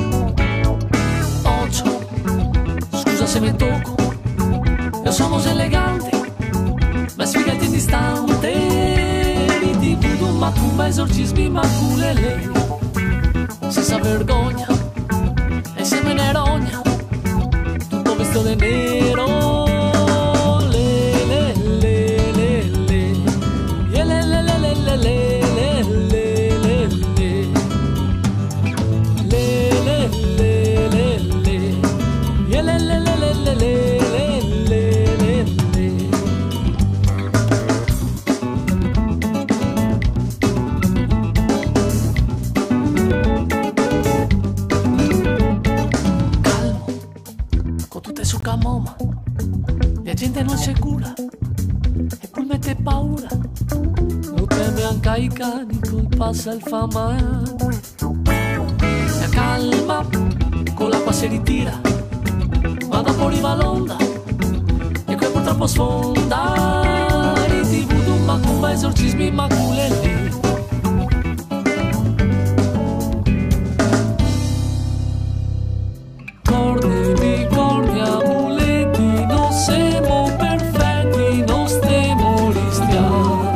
occhio, scusa se mi tocco, io sono elegante, ma sfigati distante. Di voodoo, macumba, esorcismi, maculele, senza vergogna e se me ne rogna. Tutto vestito de nero, le le le le le, e le le le le le le le le le le, le le le le le, e le le le le le le le le le le. Calmo, con tutte su camoma, la gente non c'è cura, e poi mette paura, lo teme anche ai cani, col passa il famano. La calma, con l'acqua si ritira, ma dopo arriva l'onda, e qui purtroppo sfonda, riti voodoo, macumba, esorcismi, maculele. Cordi, ricordi, amuleti, non siamo perfetti, non stiamo rischiando.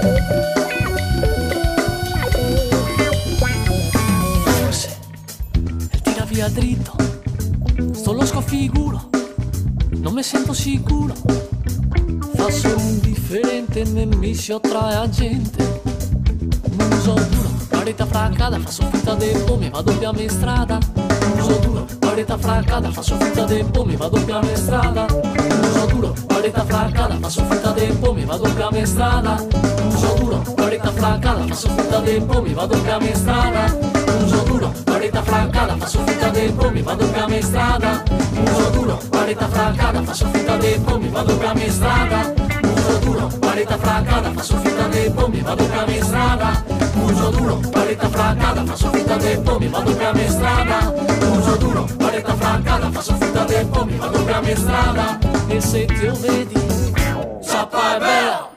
Forse il tira via dritto, sto lo sconfiguro, non mi sento sicuro. Fa solo indifferente, ne mi si attrae a gente. Muso duro, pareta fraccata, fa soffitta del mi vado piano in strada. Muso duro, pareta fraccata, fa soffitta del mi vado piano in strada. Muso duro, pareta fraccata, fa soffitta del mi vado piano in strada. Muso duro, pareta fraccata, fa soffitta del mi vado piano in strada. Muso duro, pareta fraccata, fa soffitta del mi vado piano in strada. Muso duro, pareta fraccata, fa soffitta del mi vado piano in strada. Muso duro, pareta fraccata, fa soffitta del mi vado piano in strada. Muso duro, pareta fraccata, fa soffitta del mi vado piano in strada. Muso duro, pareta fraccata, fa soffitta del mi vado piano in strada. E se ti vedi, sappai bella.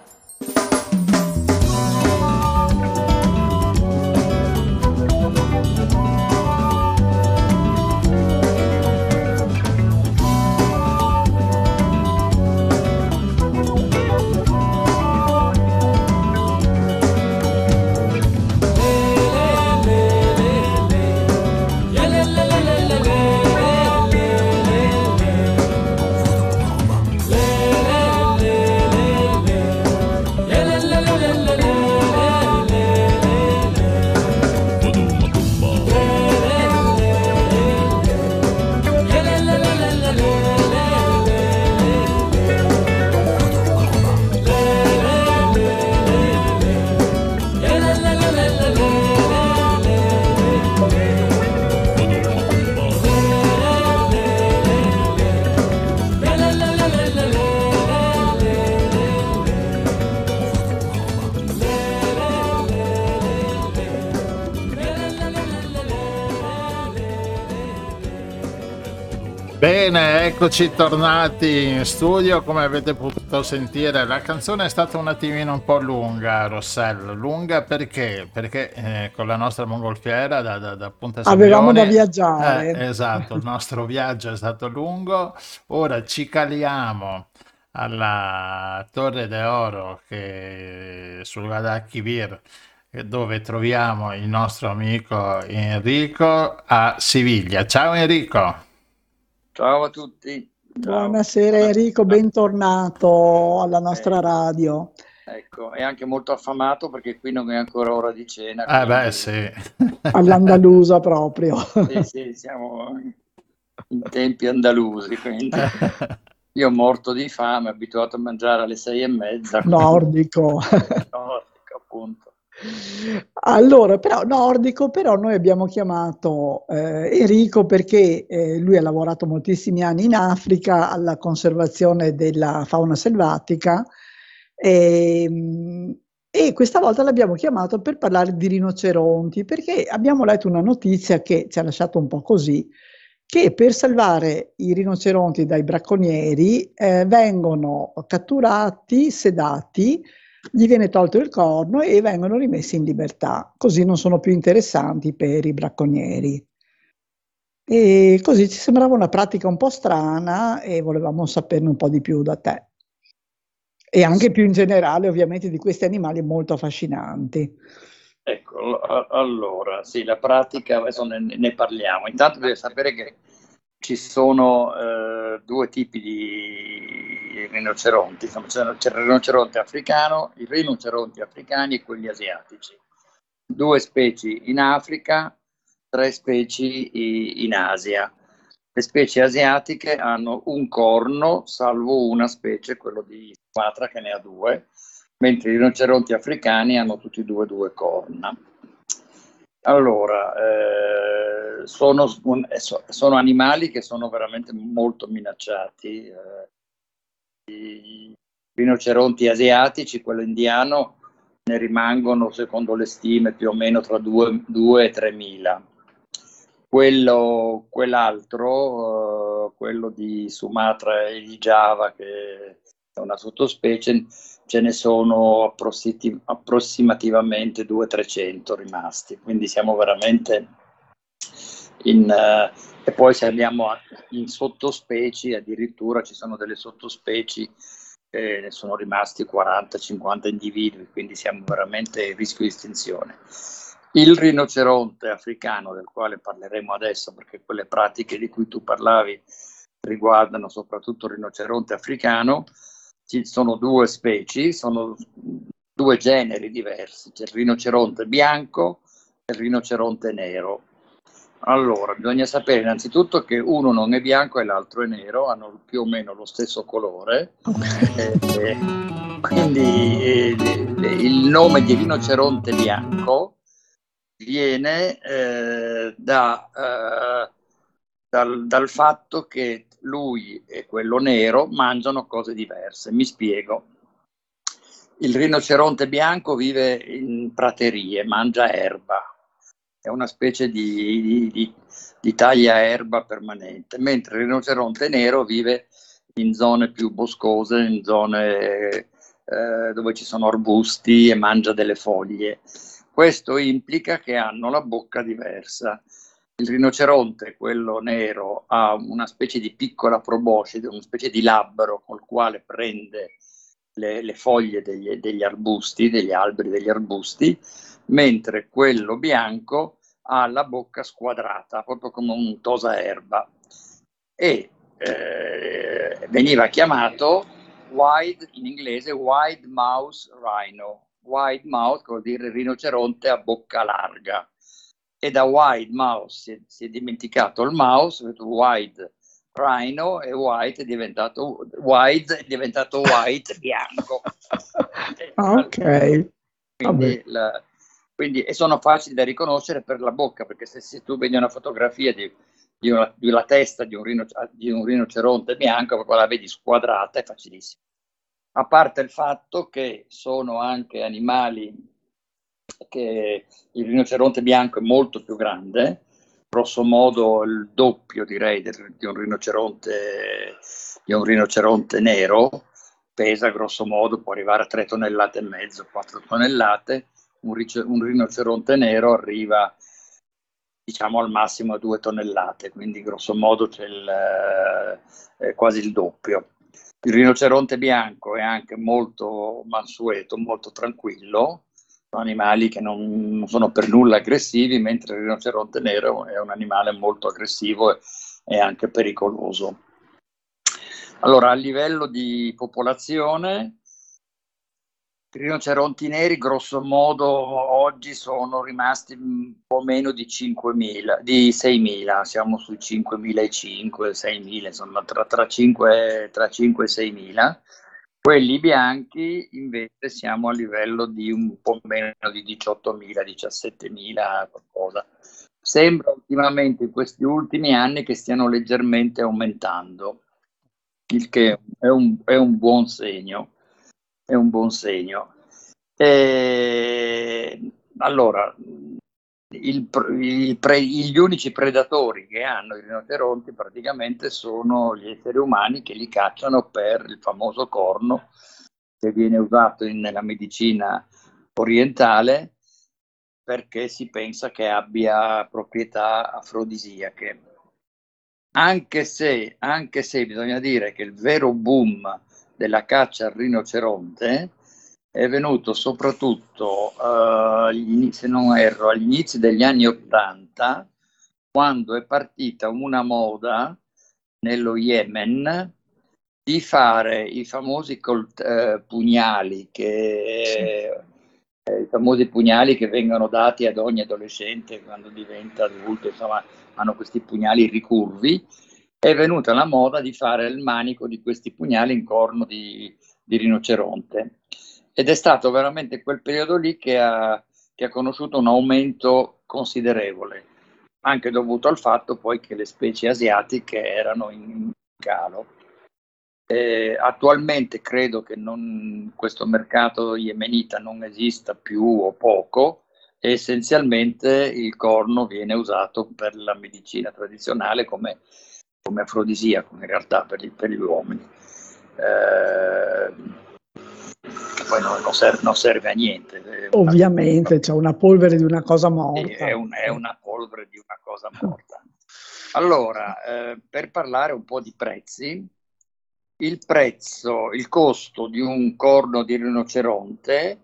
Bene, eccoci tornati in studio. Come avete potuto sentire, la canzone è stata un attimino un po' lunga, Rossella. Lunga perché? Perché eh, con la nostra mongolfiera da, da, da Punta Sempione Avevamo da viaggiare. eh, esatto, il nostro viaggio è stato lungo. Ora ci caliamo alla Torre de Oro, che sul Guadalquivir, dove troviamo il nostro amico Enrico a Siviglia. Ciao Enrico. Ciao a tutti. Ciao. Buonasera Enrico, bentornato alla nostra Eh, radio. ecco, è anche molto affamato perché qui non è ancora ora di cena. Eh beh, quindi- sì. All'andalusa proprio. Sì, sì, siamo in tempi andalusi, quindi io morto di fame, abituato a mangiare alle sei e mezza. quindi- Nordico. Nordico, appunto. Allora, però nordico, però noi abbiamo chiamato eh, Enrico perché eh, lui ha lavorato moltissimi anni in Africa alla conservazione della fauna selvatica e, e questa volta l'abbiamo chiamato per parlare di rinoceronti perché abbiamo letto una notizia che ci ha lasciato un po' così, che per salvare i rinoceronti dai bracconieri eh, vengono catturati, sedati, gli viene tolto il corno e vengono rimessi in libertà, così non sono più interessanti per i bracconieri. E così ci sembrava una pratica un po' strana e volevamo saperne un po' di più da te. E anche più in generale, ovviamente, di questi animali molto affascinanti. Ecco, a- allora, sì, la pratica, adesso ne, ne parliamo. Intanto deve sapere che ci sono eh, due tipi di rinoceronti, insomma, c'è c'è il rinoceronte africano, i rinoceronti africani e quelli asiatici. Due specie in Africa, tre specie i- in Asia. Le specie asiatiche hanno un corno, salvo una specie, quello di Sumatra, che ne ha due, mentre i rinoceronti africani hanno tutti e due due corna. Allora, eh, sono, un- eh, so- sono animali che sono veramente molto minacciati. eh. I rinoceronti asiatici, quello indiano, ne rimangono, secondo le stime, più o meno tra due e tre mila. Quello, quell'altro, eh, quello di Sumatra e di Giava, che è una sottospecie, ce ne sono approssi- approssimativamente duecento trecento rimasti, quindi siamo veramente in... eh, e poi se andiamo a- in sottospecie, addirittura ci sono delle sottospecie e ne sono rimasti quaranta cinquanta individui, quindi siamo veramente in rischio di estinzione. Il rinoceronte africano, del quale parleremo adesso, perché quelle pratiche di cui tu parlavi riguardano soprattutto il rinoceronte africano. Ci sono due specie, sono due generi diversi, c'è il rinoceronte bianco e il rinoceronte nero. Allora, bisogna sapere innanzitutto che uno non è bianco e l'altro è nero, hanno più o meno lo stesso colore. Eh, eh, quindi eh, il nome di rinoceronte bianco viene eh, da, eh, dal, dal fatto che lui e quello nero mangiano cose diverse. Mi spiego. Il rinoceronte bianco vive in praterie, mangia erba, è una specie di, di, di, di taglia erba permanente, mentre il rinoceronte nero vive in zone più boscose, in zone eh, dove ci sono arbusti e mangia delle foglie. Questo implica che hanno la bocca diversa. Il rinoceronte, quello nero, ha una specie di piccola proboscide, una specie di labbro col quale prende le, le foglie degli, degli arbusti, degli alberi degli arbusti, mentre quello bianco ha la bocca squadrata, proprio come un tosaerba. E eh, veniva chiamato wide, in inglese, wide mouth rhino. Wide mouth vuol dire rinoceronte a bocca larga. E da wide mouth si è, si è dimenticato il mouse, wide rhino, e white è diventato wide, è diventato white bianco. Ok. Quindi, la, quindi e sono facili da riconoscere per la bocca, perché se, se tu vedi una fotografia di, di, una, di una testa di un, rino, di un rinoceronte bianco, proprio la vedi squadrata, è facilissimo. A parte il fatto che sono anche animali che il rinoceronte bianco è molto più grande, grosso modo il doppio, direi, del, di un rinoceronte di un rinoceronte nero, pesa grosso modo, può arrivare a tre tonnellate e mezzo, quattro tonnellate. Un, rice, un rinoceronte nero arriva, diciamo, al massimo a due tonnellate, quindi grosso modo c'è il, eh, quasi il doppio. Il rinoceronte bianco è anche molto mansueto, molto tranquillo, sono animali che non, non sono per nulla aggressivi, mentre il rinoceronte nero è un animale molto aggressivo e, e anche pericoloso. Allora, a livello di popolazione, i rinoceronti neri grosso modo oggi sono rimasti un po' meno di cinquemila, di seimila, siamo sui cinquemilacinquecento, seimila, insomma tra, tra, cinque, tra cinque e seimila. Quelli bianchi invece siamo a livello di un po' meno di diciottomila, diciassettemila, qualcosa. Sembra ultimamente in questi ultimi anni che stiano leggermente aumentando, il che è un, è un buon segno. È un buon segno. E, allora, il, il pre, gli unici predatori che hanno i rinoceronti praticamente sono gli esseri umani che li cacciano per il famoso corno che viene usato in, nella medicina orientale, perché si pensa che abbia proprietà afrodisiache. Anche se, anche se bisogna dire che il vero boom della caccia al rinoceronte è venuto soprattutto, uh, se non erro, agli inizi degli anni Ottanta, quando è partita una moda nello Yemen di fare i famosi colt- eh, pugnali, che, eh, i famosi pugnali che vengono dati ad ogni adolescente quando diventa adulto, insomma, hanno questi pugnali ricurvi. È venuta la moda di fare il manico di questi pugnali in corno di, di rinoceronte. Ed è stato veramente quel periodo lì che ha, che ha conosciuto un aumento considerevole, anche dovuto al fatto poi che le specie asiatiche erano in calo. Eh, attualmente credo che non, questo mercato yemenita non esista più o poco, e essenzialmente il corno viene usato per la medicina tradizionale come, come afrodisiaco in realtà per gli, per gli uomini. Eh, poi non, non, serve, non serve a niente. Ovviamente c'è una polvere di una cosa morta. Sì, è, un, è una polvere di una cosa morta. Allora, eh, per parlare un po' di prezzi, il prezzo, il costo di un corno di rinoceronte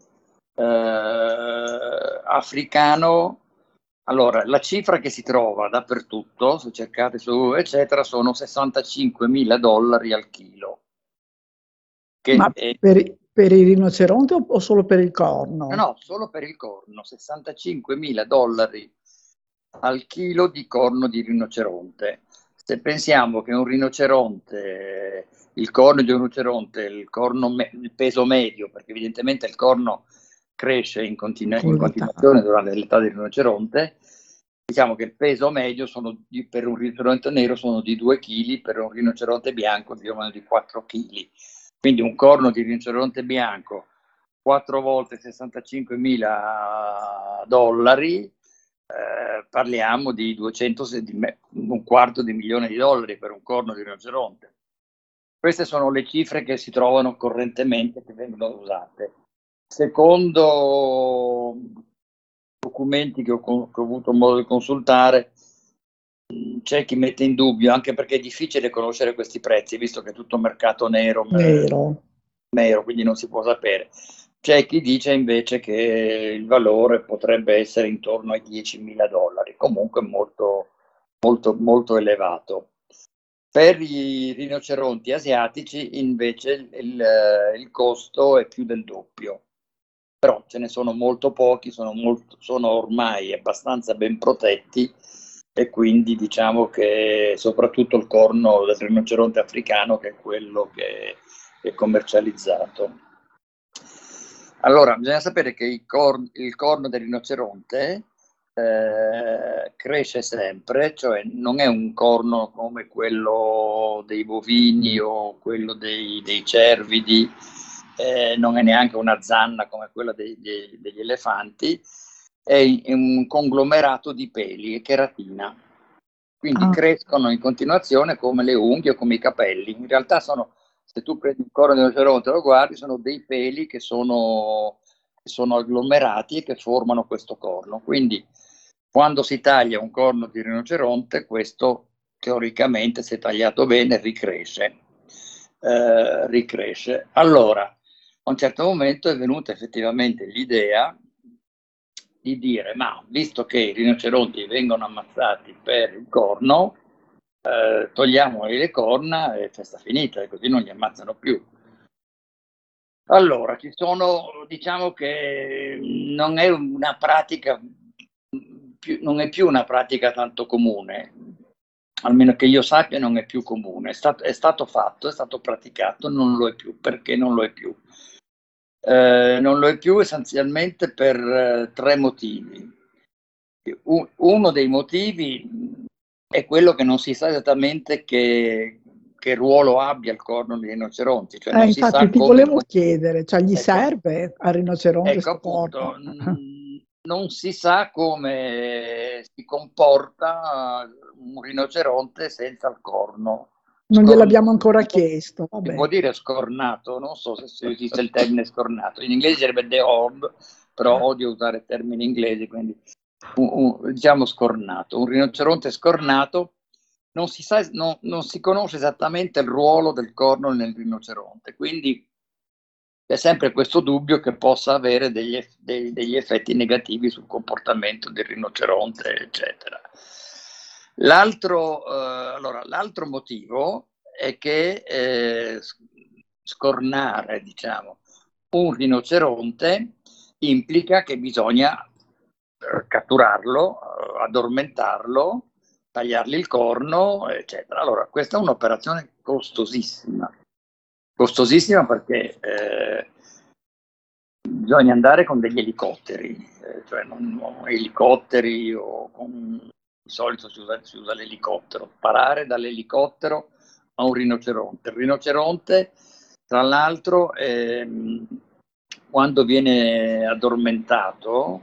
eh, africano. Allora, la cifra che si trova dappertutto, se cercate su eccetera, sono sessantacinquemila dollari al chilo. Che Ma è, per, i- per il rinoceronte o, o solo per il no, corno? no, solo per il corno, sessantacinquemila dollari al chilo di corno di rinoceronte. Se pensiamo che un rinoceronte, il corno di un rinoceronte, il, corno me- il peso medio, perché evidentemente il corno cresce in, continu- Con in l'età. continuazione durante l'età del rinoceronte, diciamo che il peso medio sono di- per un rinoceronte nero sono di due chili, per un rinoceronte bianco più o meno di quattro chili. Quindi un corno di rinoceronte bianco quattro volte sessantacinquemila dollari, eh, parliamo di duecento, di me- un quarto di milione di dollari per un corno di rinoceronte. Queste sono le cifre che si trovano correntemente, che vengono usate. Secondo documenti che ho, con- che ho avuto modo di consultare, mh, c'è chi mette in dubbio, anche perché è difficile conoscere questi prezzi, visto che è tutto mercato nero, eh, Nero. nero, quindi non si può sapere. C'è chi dice invece che il valore potrebbe essere intorno ai diecimila dollari, comunque molto, molto, molto elevato. Per i rinoceronti asiatici invece il, il, il costo è più del doppio, però ce ne sono molto pochi, sono, molto, sono ormai abbastanza ben protetti e quindi diciamo che soprattutto il corno del rinoceronte africano, che è quello che è commercializzato. Allora, bisogna sapere che il, cor- il corno del rinoceronte eh, cresce sempre, cioè non è un corno come quello dei bovini o quello dei, dei cervidi, eh, non è neanche una zanna come quella dei- dei- degli elefanti, è, è un conglomerato di peli e cheratina. Quindi Ah, crescono in continuazione come le unghie o come i capelli. In realtà sono, se tu prendi il corno di rinoceronte e lo guardi, sono dei peli che sono, che sono agglomerati e che formano questo corno. Quindi quando si taglia un corno di rinoceronte, questo teoricamente, se tagliato bene, ricresce. Eh, ricresce. Allora, a un certo momento è venuta effettivamente l'idea di dire, ma visto che i rinoceronti vengono ammazzati per il corno, eh, togliamogli le corna e festa finita, e così non li ammazzano più. Allora, ci sono, diciamo che non è una pratica, più, non è più una pratica tanto comune, almeno che io sappia non è più comune, è stato, è stato fatto, è stato praticato, non lo è più. Perché non lo è più? Eh, non lo è più essenzialmente per eh, tre motivi. U- uno dei motivi è quello che non si sa esattamente che, che ruolo abbia il corno dei rinoceronti, cioè eh, non si infatti sa ti come. volevo chiedere, cioè gli Ecco, serve al rinoceronte ecco sto appunto, corno? mh, non si sa come si comporta un rinoceronte senza il corno. Non Scor- gliel'abbiamo ancora chiesto, si può vabbè. dire scornato, non so se, se esiste il termine scornato. In inglese sarebbe the horn, però odio usare termini inglesi, quindi un- un- diciamo scornato. Un rinoceronte scornato non si sa, non, non si conosce esattamente il ruolo del corno nel rinoceronte, quindi c'è sempre questo dubbio che possa avere degli, eff- dei- degli effetti negativi sul comportamento del rinoceronte, eccetera. L'altro, eh, allora, l'altro motivo è che eh, s- scornare, diciamo, un rinoceronte implica che bisogna eh, catturarlo, eh, addormentarlo, tagliargli il corno, eccetera. Allora, questa è un'operazione costosissima. Costosissima perché eh, bisogna andare con degli elicotteri, eh, cioè non, non elicotteri o con, di solito si usa, si usa l'elicottero, sparare dall'elicottero a un rinoceronte. Il rinoceronte, tra l'altro, ehm, quando viene addormentato,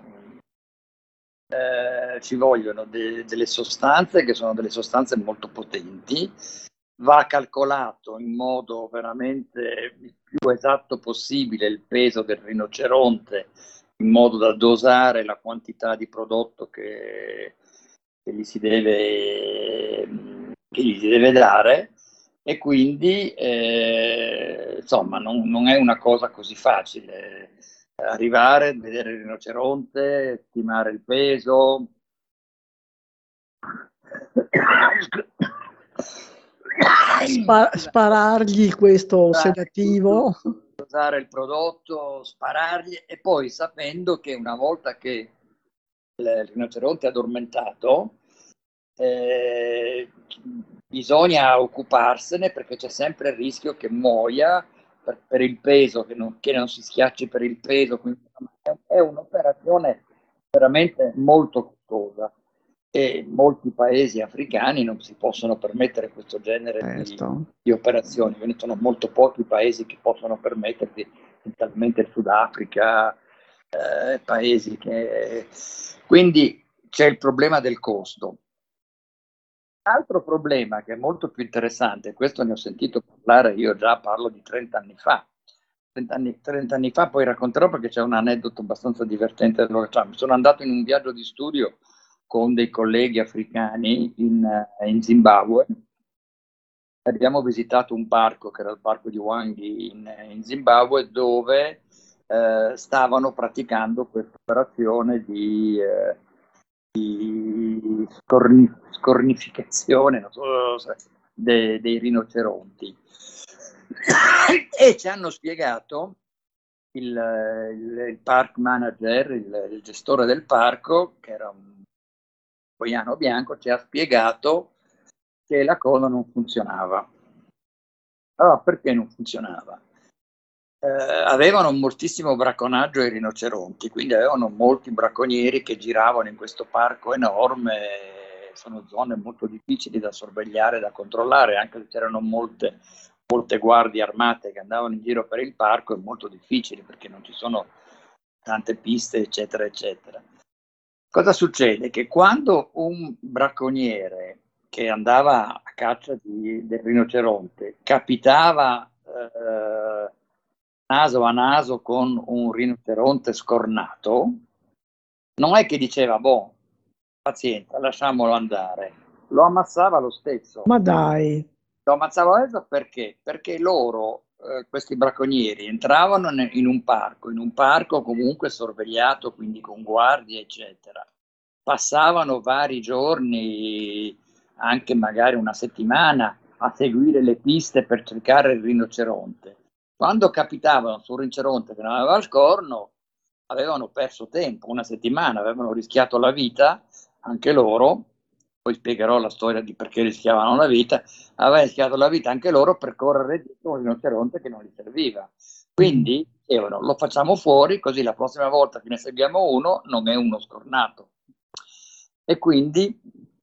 eh, ci vogliono de- delle sostanze che sono delle sostanze molto potenti. Va calcolato in modo veramente il più esatto possibile il peso del rinoceronte, in modo da dosare la quantità di prodotto che, che gli si deve, che gli si deve dare, e quindi eh, insomma non, non è una cosa così facile arrivare, vedere il rinoceronte, stimare il peso. Spa- sparargli questo sedativo. Usare il prodotto, sparargli e poi sapendo che una volta che il rinoceronte è addormentato eh, bisogna occuparsene perché c'è sempre il rischio che muoia per, per il peso, che non, che non si schiacci per il peso, quindi è un'operazione veramente molto costosa e molti paesi africani non si possono permettere questo genere di, di operazioni, quindi sono molto pochi i paesi che possono permettersi, specialmente il Sudafrica, eh, paesi che... Quindi c'è il problema del costo. Altro problema che è molto più interessante, questo ne ho sentito parlare, io già parlo di trenta anni fa, trenta anni, trenta anni fa, poi racconterò perché c'è un aneddoto abbastanza divertente. Cioè, sono andato in un viaggio di studio con dei colleghi africani in, in Zimbabwe, abbiamo visitato un parco che era il parco di Hwangi in, in Zimbabwe dove eh, stavano praticando questa operazione di... Eh, di scorni, scornificazione non so, de, dei rinoceronti e ci hanno spiegato il, il, il park manager, il, il gestore del parco, che era un coiano bianco, ci ha spiegato che la cosa non funzionava. Allora, perché non funzionava? Eh, avevano moltissimo bracconaggio ai rinoceronti, quindi avevano molti bracconieri che giravano in questo parco enorme, sono zone molto difficili da sorvegliare, da controllare, anche se c'erano molte, molte guardie armate che andavano in giro per il parco, è molto difficile perché non ci sono tante piste, eccetera, eccetera. Cosa succede? Che quando un bracconiere che andava a caccia di, del rinoceronte capitava eh, naso a naso con un rinoceronte scornato, non è che diceva, boh, pazienza, lasciamolo andare, lo ammazzava lo stesso. Ma dai! Lo ammazzava lo stesso perché? Perché loro, eh, questi bracconieri, entravano ne- in un parco, in un parco comunque sorvegliato, quindi con guardie, eccetera. Passavano vari giorni, anche magari una settimana, a seguire le piste per cercare il rinoceronte. Quando capitavano su un rinoceronte che non aveva il corno, avevano perso tempo, una settimana, avevano rischiato la vita, anche loro, poi spiegherò la storia di perché rischiavano la vita, avevano rischiato la vita anche loro per correre dietro un rinoceronte che non gli serviva. Quindi dicevano, lo facciamo fuori, così la prossima volta che ne seguiamo uno, non è uno scornato. E quindi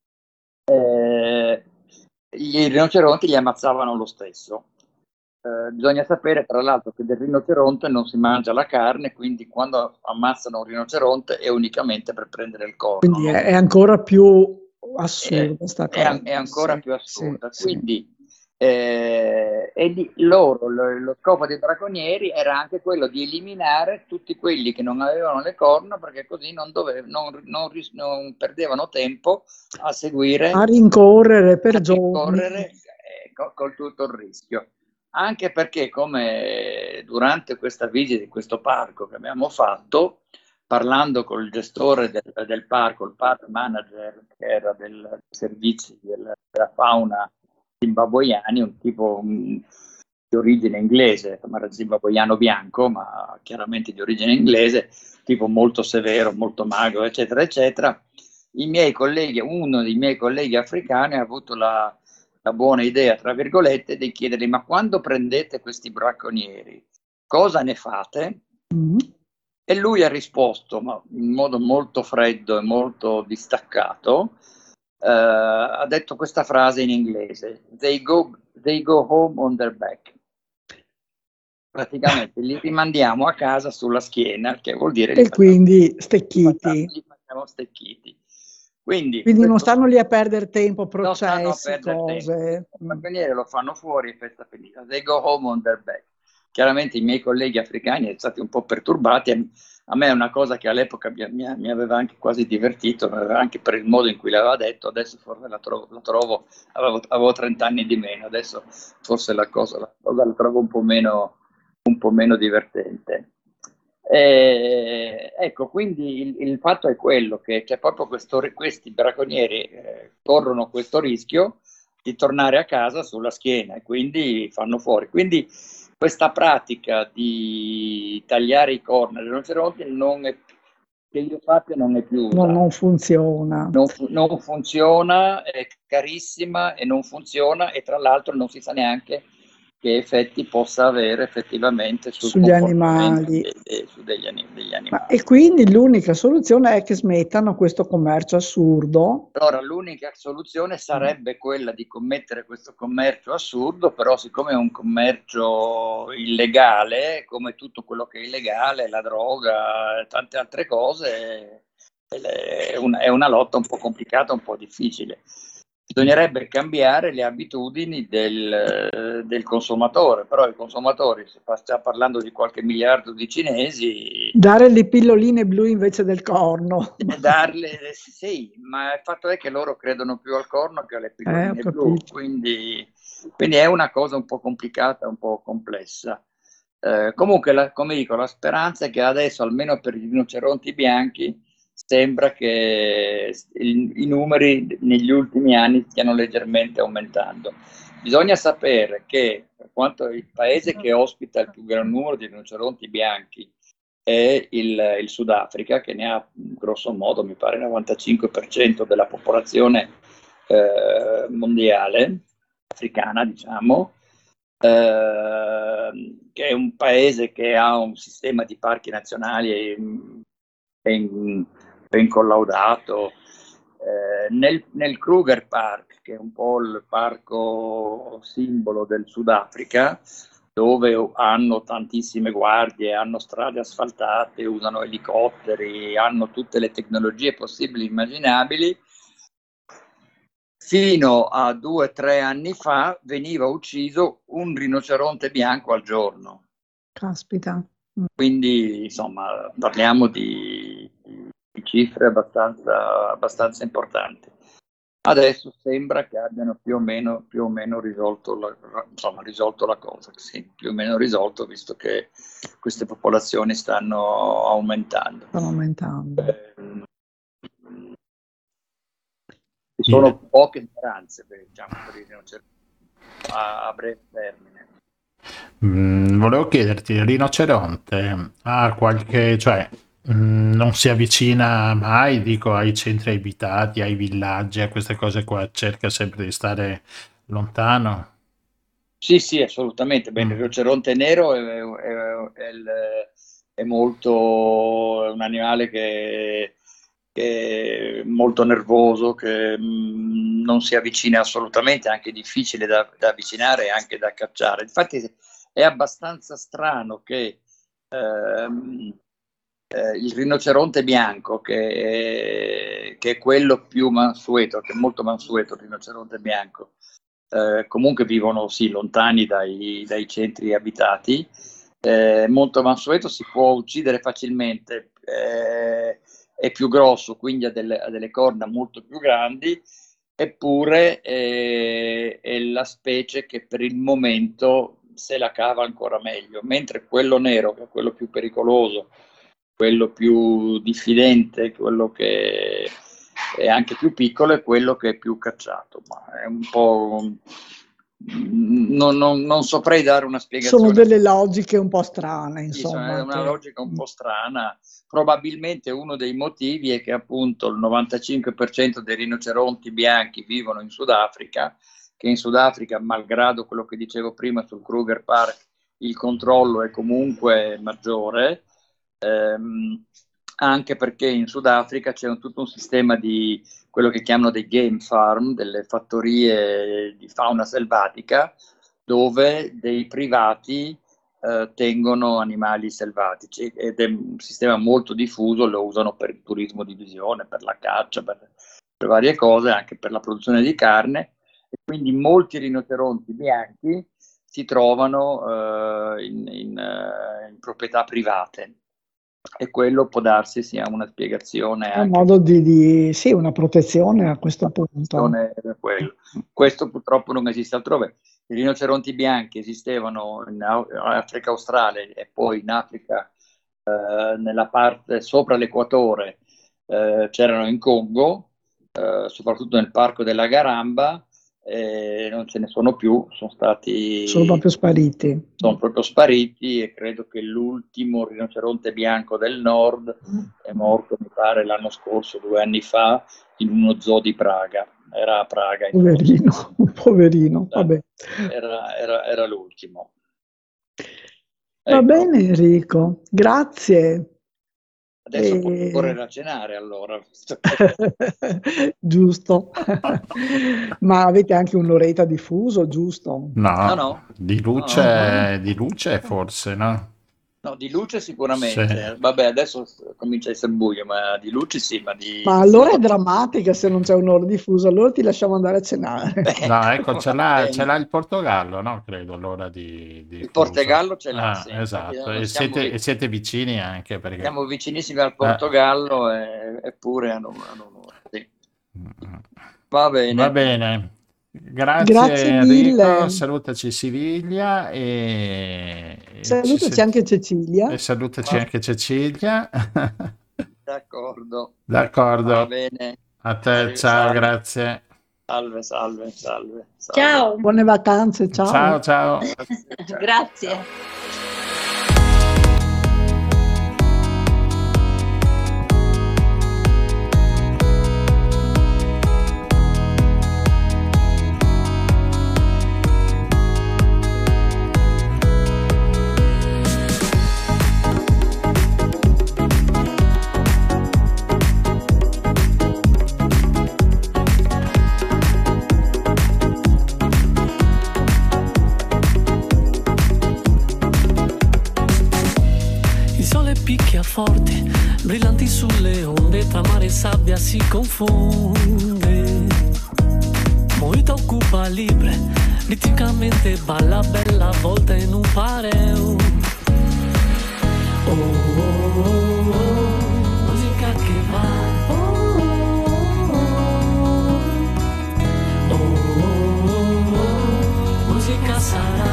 eh, i rinoceronti li ammazzavano lo stesso. Eh, bisogna sapere tra l'altro che del rinoceronte non si mangia la carne, quindi quando ammazzano un rinoceronte è unicamente per prendere il corno. Quindi no? è, è ancora più assurda sta È, cosa. è ancora Sì, più assurda. sì, Quindi eh, e di, loro, lo, lo scopo dei bracconieri era anche quello di eliminare tutti quelli che non avevano le corna, perché così non, dove, non, non, ris- non perdevano tempo a seguire, a rincorrere per a giorni. rincorrere eh, co- col tutto il rischio. Anche perché, come durante questa visita di questo parco che abbiamo fatto, parlando col gestore del, del parco, il park manager, che era del servizi del, della fauna zimbabuiani, un tipo um, di origine inglese, era zimbabuiano bianco, ma chiaramente di origine inglese, tipo molto severo, molto magro, eccetera, eccetera. I miei colleghi, uno dei miei colleghi africani ha avuto la la buona idea, tra virgolette, di chiedergli: ma quando prendete questi bracconieri, cosa ne fate? Mm. E lui ha risposto, ma in modo molto freddo e molto distaccato, eh, ha detto questa frase in inglese: they go, they go home on their back. Praticamente li rimandiamo a casa sulla schiena, che vuol dire E quindi stecchiti. Li facciamo stecchiti. Quindi, Quindi non questo, stanno lì a perdere tempo, non stanno a processi, perdere cose. tempo. I bracconieri lo fanno fuori e festa finita. They go home on their back. Chiaramente i miei colleghi africani sono stati un po' perturbati, a me è una cosa che all'epoca mi, mi- mi aveva anche quasi divertito, anche per il modo in cui l'aveva detto. Adesso forse la trovo, la trovo avevo, avevo trenta anni di meno, adesso forse la cosa, la cosa la trovo un po' meno, un po' meno divertente. Eh, ecco, quindi il, il fatto è quello che c'è proprio questo, ri- questi bracconieri eh, corrono questo rischio di tornare a casa sulla schiena e quindi fanno fuori. Quindi questa pratica di tagliare i corna dei rinoceronti non è, che io sappia, non è più No, non usata. funziona. Non, fu- non funziona, è carissima e non funziona, e tra l'altro non si sa neanche che effetti possa avere effettivamente sul Sugli comportamento animali. de- de- su degli, ani- degli Ma, e animali. quindi l'unica soluzione è che smettano questo commercio assurdo. Allora, l'unica soluzione sarebbe quella di commettere questo commercio assurdo, però siccome è un commercio illegale, come tutto quello che è illegale, la droga e tante altre cose, è una, è una lotta un po' complicata, un po' difficile. Bisognerebbe cambiare le abitudini del, del consumatore, però i consumatori, se stiamo parlando di qualche miliardo di cinesi, Dare le pilloline blu invece del corno. e darle, sì, ma il fatto è che loro credono più al corno che alle Eh, ho pilloline blu, capito. quindi, quindi è una cosa un po' complicata, un po' complessa. Eh, comunque, la- come dico, la speranza è che adesso, almeno per i rinoceronti bianchi, sembra che il- i numeri negli ultimi anni stiano leggermente aumentando. Bisogna sapere che, per quanto il paese che ospita il più gran numero di rinoceronti bianchi è il, il Sudafrica, che ne ha grosso modo, mi pare, il novantacinque per cento della popolazione eh, mondiale, africana, diciamo, eh, che è un paese che ha un sistema di parchi nazionali ben, ben collaudato. Eh, nel, nel Kruger Park, che è un po' il parco simbolo del Sudafrica, dove hanno tantissime guardie, hanno strade asfaltate, usano elicotteri, hanno tutte le tecnologie possibili e immaginabili. Fino a due o tre anni fa veniva ucciso un rinoceronte bianco al giorno. Caspita. Mm. Quindi, insomma, parliamo di, di cifre abbastanza, abbastanza importanti. Adesso sembra che abbiano più o meno, più o meno risolto la, insomma, risolto la cosa, sì, più o meno risolto, visto che queste popolazioni stanno aumentando. Stanno aumentando. Eh, ci sono poche speranze per, diciamo, per i rinoceronti a, a breve termine. Mm, volevo chiederti, il rinoceronte ha qualche, cioè, mm, non si avvicina mai, dico, ai centri abitati, ai villaggi, a queste cose qua, cerca sempre di stare lontano. Sì, sì, assolutamente. Beh, il Mm. rinoceronte nero è, è- è il- è molto, è un animale che, che è molto nervoso, che mm, non si avvicina assolutamente, è anche difficile da, da avvicinare e anche da cacciare. Infatti è abbastanza strano che ehm, eh, il rinoceronte bianco, che è, che è quello più mansueto, che è molto mansueto il rinoceronte bianco, eh, comunque vivono sì lontani dai, dai centri abitati, eh, molto mansueto, si può uccidere facilmente, eh, è più grosso, quindi ha delle, ha delle corna molto più grandi, eppure eh, è la specie che per il momento se la cava ancora meglio, mentre quello nero, che è quello più pericoloso, quello più diffidente, quello che è anche più piccolo, è quello che è più cacciato. Ma è un po'... Non, non- non saprei dare una Sono spiegazione. delle logiche un po' strane, Sì, sono- è insomma. una Che... logica un po' strana. Probabilmente uno dei motivi è che appunto il novantacinque per cento dei rinoceronti bianchi vivono in Sudafrica, che in Sudafrica, malgrado quello che dicevo prima sul Kruger Park, il controllo è comunque maggiore, ehm, anche perché in Sudafrica c'è un- tutto un sistema di quello che chiamano dei game farm, delle fattorie di fauna selvatica, dove dei privati eh, tengono animali selvatici, ed è un sistema molto diffuso, lo usano per il turismo di visione, per la caccia, per, per varie cose, anche per la produzione di carne, e quindi molti rinoceronti bianchi si trovano eh, in, in, eh, in proprietà private. e quello può darsi sia una spiegazione È un anche modo di, di- sì, una protezione a questo punto. questione per quello. Questo purtroppo non esiste altrove. I rinoceronti bianchi esistevano in Au- Africa australe e poi in Africa, eh, nella parte sopra l'equatore, eh, c'erano in Congo, eh, soprattutto nel parco della Garamba, e non ce ne sono più, sono stati Sono proprio spariti. sono proprio spariti, e credo che l'ultimo rinoceronte bianco del nord è morto, mi pare, l'anno scorso, due anni fa, in uno zoo di Praga. Era a Praga. in- Poverino, poverino, vabbè. Era, era- era l'ultimo. Va Ecco, bene Enrico, grazie. adesso E- posso correre a cenare allora. visto che- Giusto. Ma avete anche un'oretta di fuso, giusto? No, No, no. di luce, No, no. di luce forse, no? No, di luce sicuramente. Sì. Vabbè, adesso comincia a essere buio, ma di luce sì, ma di... Ma allora è drammatica se non c'è un'ora di fuso, allora ti lasciamo andare a cenare. No, ecco, ce l'ha, bene. ce l'ha il Portogallo, no? Credo, l'ora di, di Il fuso. Portogallo ce l'ha, Ah, sì. esatto, Infatti, e noi siamo siete, vi- e siete vicini anche perché... Siamo vicinissimi al Portogallo, e- eppure hanno, hanno un'ora, sì. Va bene. Va bene. Grazie, Grazie Enrico, mille. salutaci Siviglia e, e ci Salutaci sen- anche Cecilia. e salutaci anche Cecilia. D'accordo. D'accordo. Va bene. A te, Salve, ciao, salve. grazie. Salve, salve, salve. salve. Ciao. Buone vacanze, ciao. Ciao, ciao. Grazie, ciao. Grazie. Il sole picchia forte, brillanti sulle onde, tra mare e sabbia si confonde. Moita occupa libre, ritmicamente balla bella volta in un pareo. Oh, oh, oh, oh, musica che va. Oh, oh, oh, oh, oh, oh, musica sarà.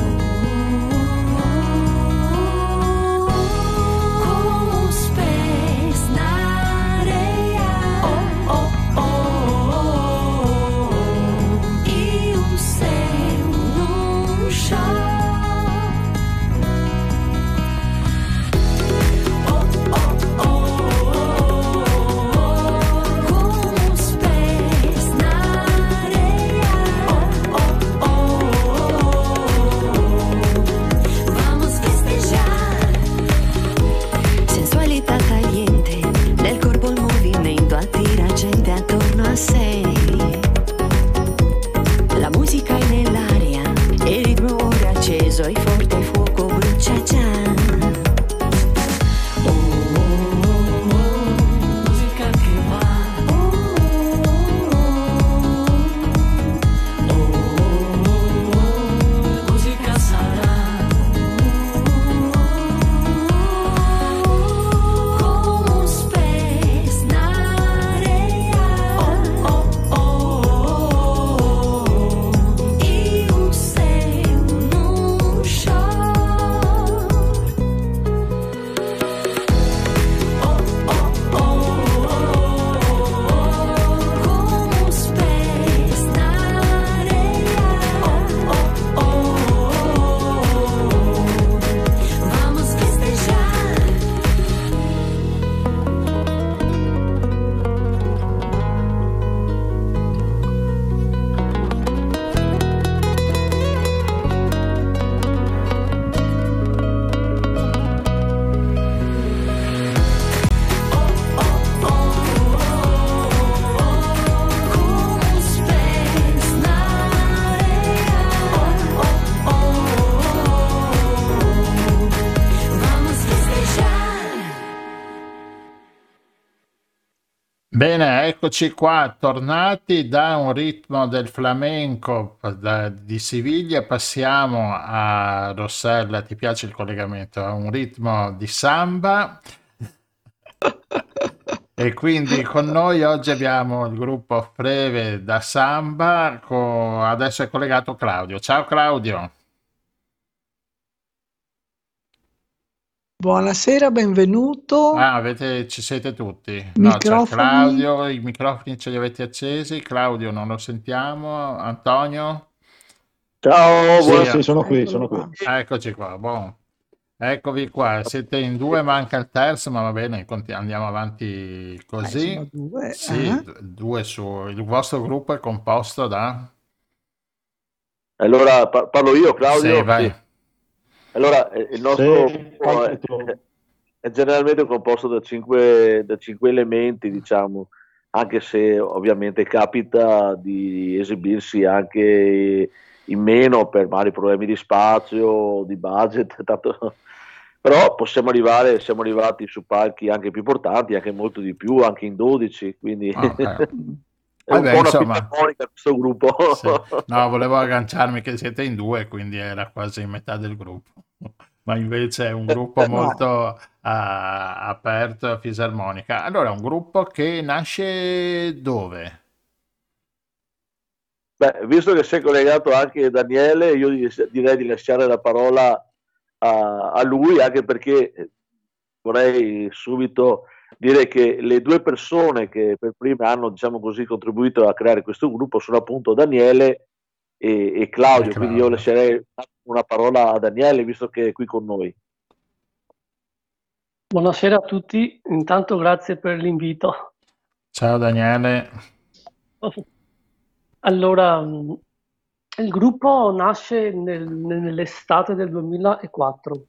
Com os pés na areia Oh, oh, oh, oh. e o céu no chão. Oh, Bene, eccoci qua, tornati da un ritmo del flamenco da- di Siviglia, passiamo a Rossella, ti piace il collegamento? A un ritmo di samba e quindi con noi oggi abbiamo il gruppo Freve da Samba, co- adesso è collegato Claudio. Ciao Claudio. Buonasera, benvenuto. Ah, avete, ci siete tutti? No, c'è Microfoni? Claudio, i microfoni ce li avete accesi, Claudio non lo sentiamo, Antonio? Ciao, Sì, buonasera, sono qui, Eccolo sono qui. qua. eccoci qua, buon. Eccovi qua, siete in due, manca il terzo, ma va bene, conti- andiamo avanti Beh, sono così. due. Sì, eh? d- due su. Il vostro gruppo è composto da. Allora pa- parlo io, Sì, Claudio. vai. Sì. Allora, eh, il nostro Sì, gruppo è, parti tu. è generalmente composto da cinque, da cinque elementi, diciamo, anche se ovviamente capita di esibirsi anche in meno per vari problemi di spazio, di budget, tanto. Però possiamo arrivare, siamo arrivati su palchi anche più importanti, anche molto di più, anche in dodici, quindi Ah, eh. è un Vabbè, po' una insomma, fisarmonica questo gruppo. sì. No, volevo agganciarmi che siete in due, quindi era quasi metà del gruppo. Ma invece è un gruppo No, molto ah, aperto a fisarmonica. Allora, un gruppo che nasce dove? Beh, visto che sei collegato anche Daniele, io di- direi di lasciare la parola a, a lui, anche perché eh, vorrei subito dire che le due persone che per prime hanno, diciamo così, contribuito a creare questo gruppo sono appunto Daniele e, e E Claudio, quindi io Claudio. lascerei una parola a Daniele, visto che è qui con noi. Buonasera a tutti, intanto grazie per l'invito. Ciao Daniele. Allora, mh, il gruppo nasce nel- nell'estate del duemilaquattro.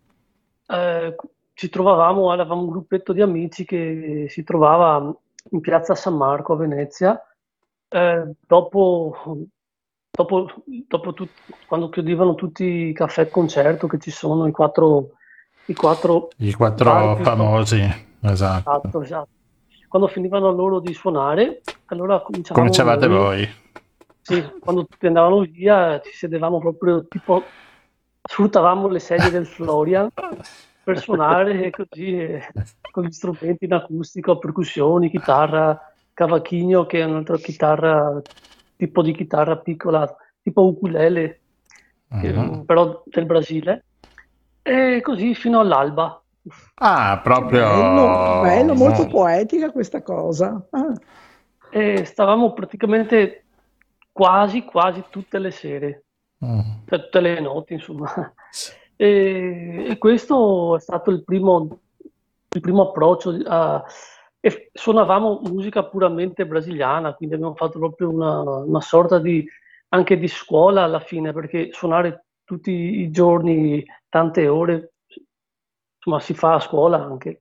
Eh, ci trovavamo, eravamo un gruppetto di amici che si trovava in piazza San Marco a Venezia. Eh, dopo, dopo, dopo tut- quando chiudevano tutti i caffè concerto che ci sono, i quattro, i quattro I bar quattro più famosi, esatto. Esatto, esatto. Quando finivano loro di suonare, allora cominciavamo Cominciavate noi. voi. Sì, quando tutti andavano via, ci sedevamo proprio tipo, sfruttavamo le sedie del Florian per suonare e così, eh, con gli strumenti in acustico, percussioni, chitarra, cavaquinho, che è un'altra chitarra, tipo di chitarra piccola, tipo ukulele, che- Mhm. però del Brasile. E così fino all'alba. Ah, che bello, bello, molto proprio. poetica questa cosa. Ah, E stavamo praticamente quasi, quasi tutte le sere, Mm. cioè tutte le notti, insomma. Sì. E, e questo è stato il primo, il primo approccio. a- e suonavamo musica puramente brasiliana, quindi abbiamo fatto proprio una, una sorta di, anche di scuola alla fine, perché suonare tutti i giorni, tante ore, insomma, si fa a scuola anche.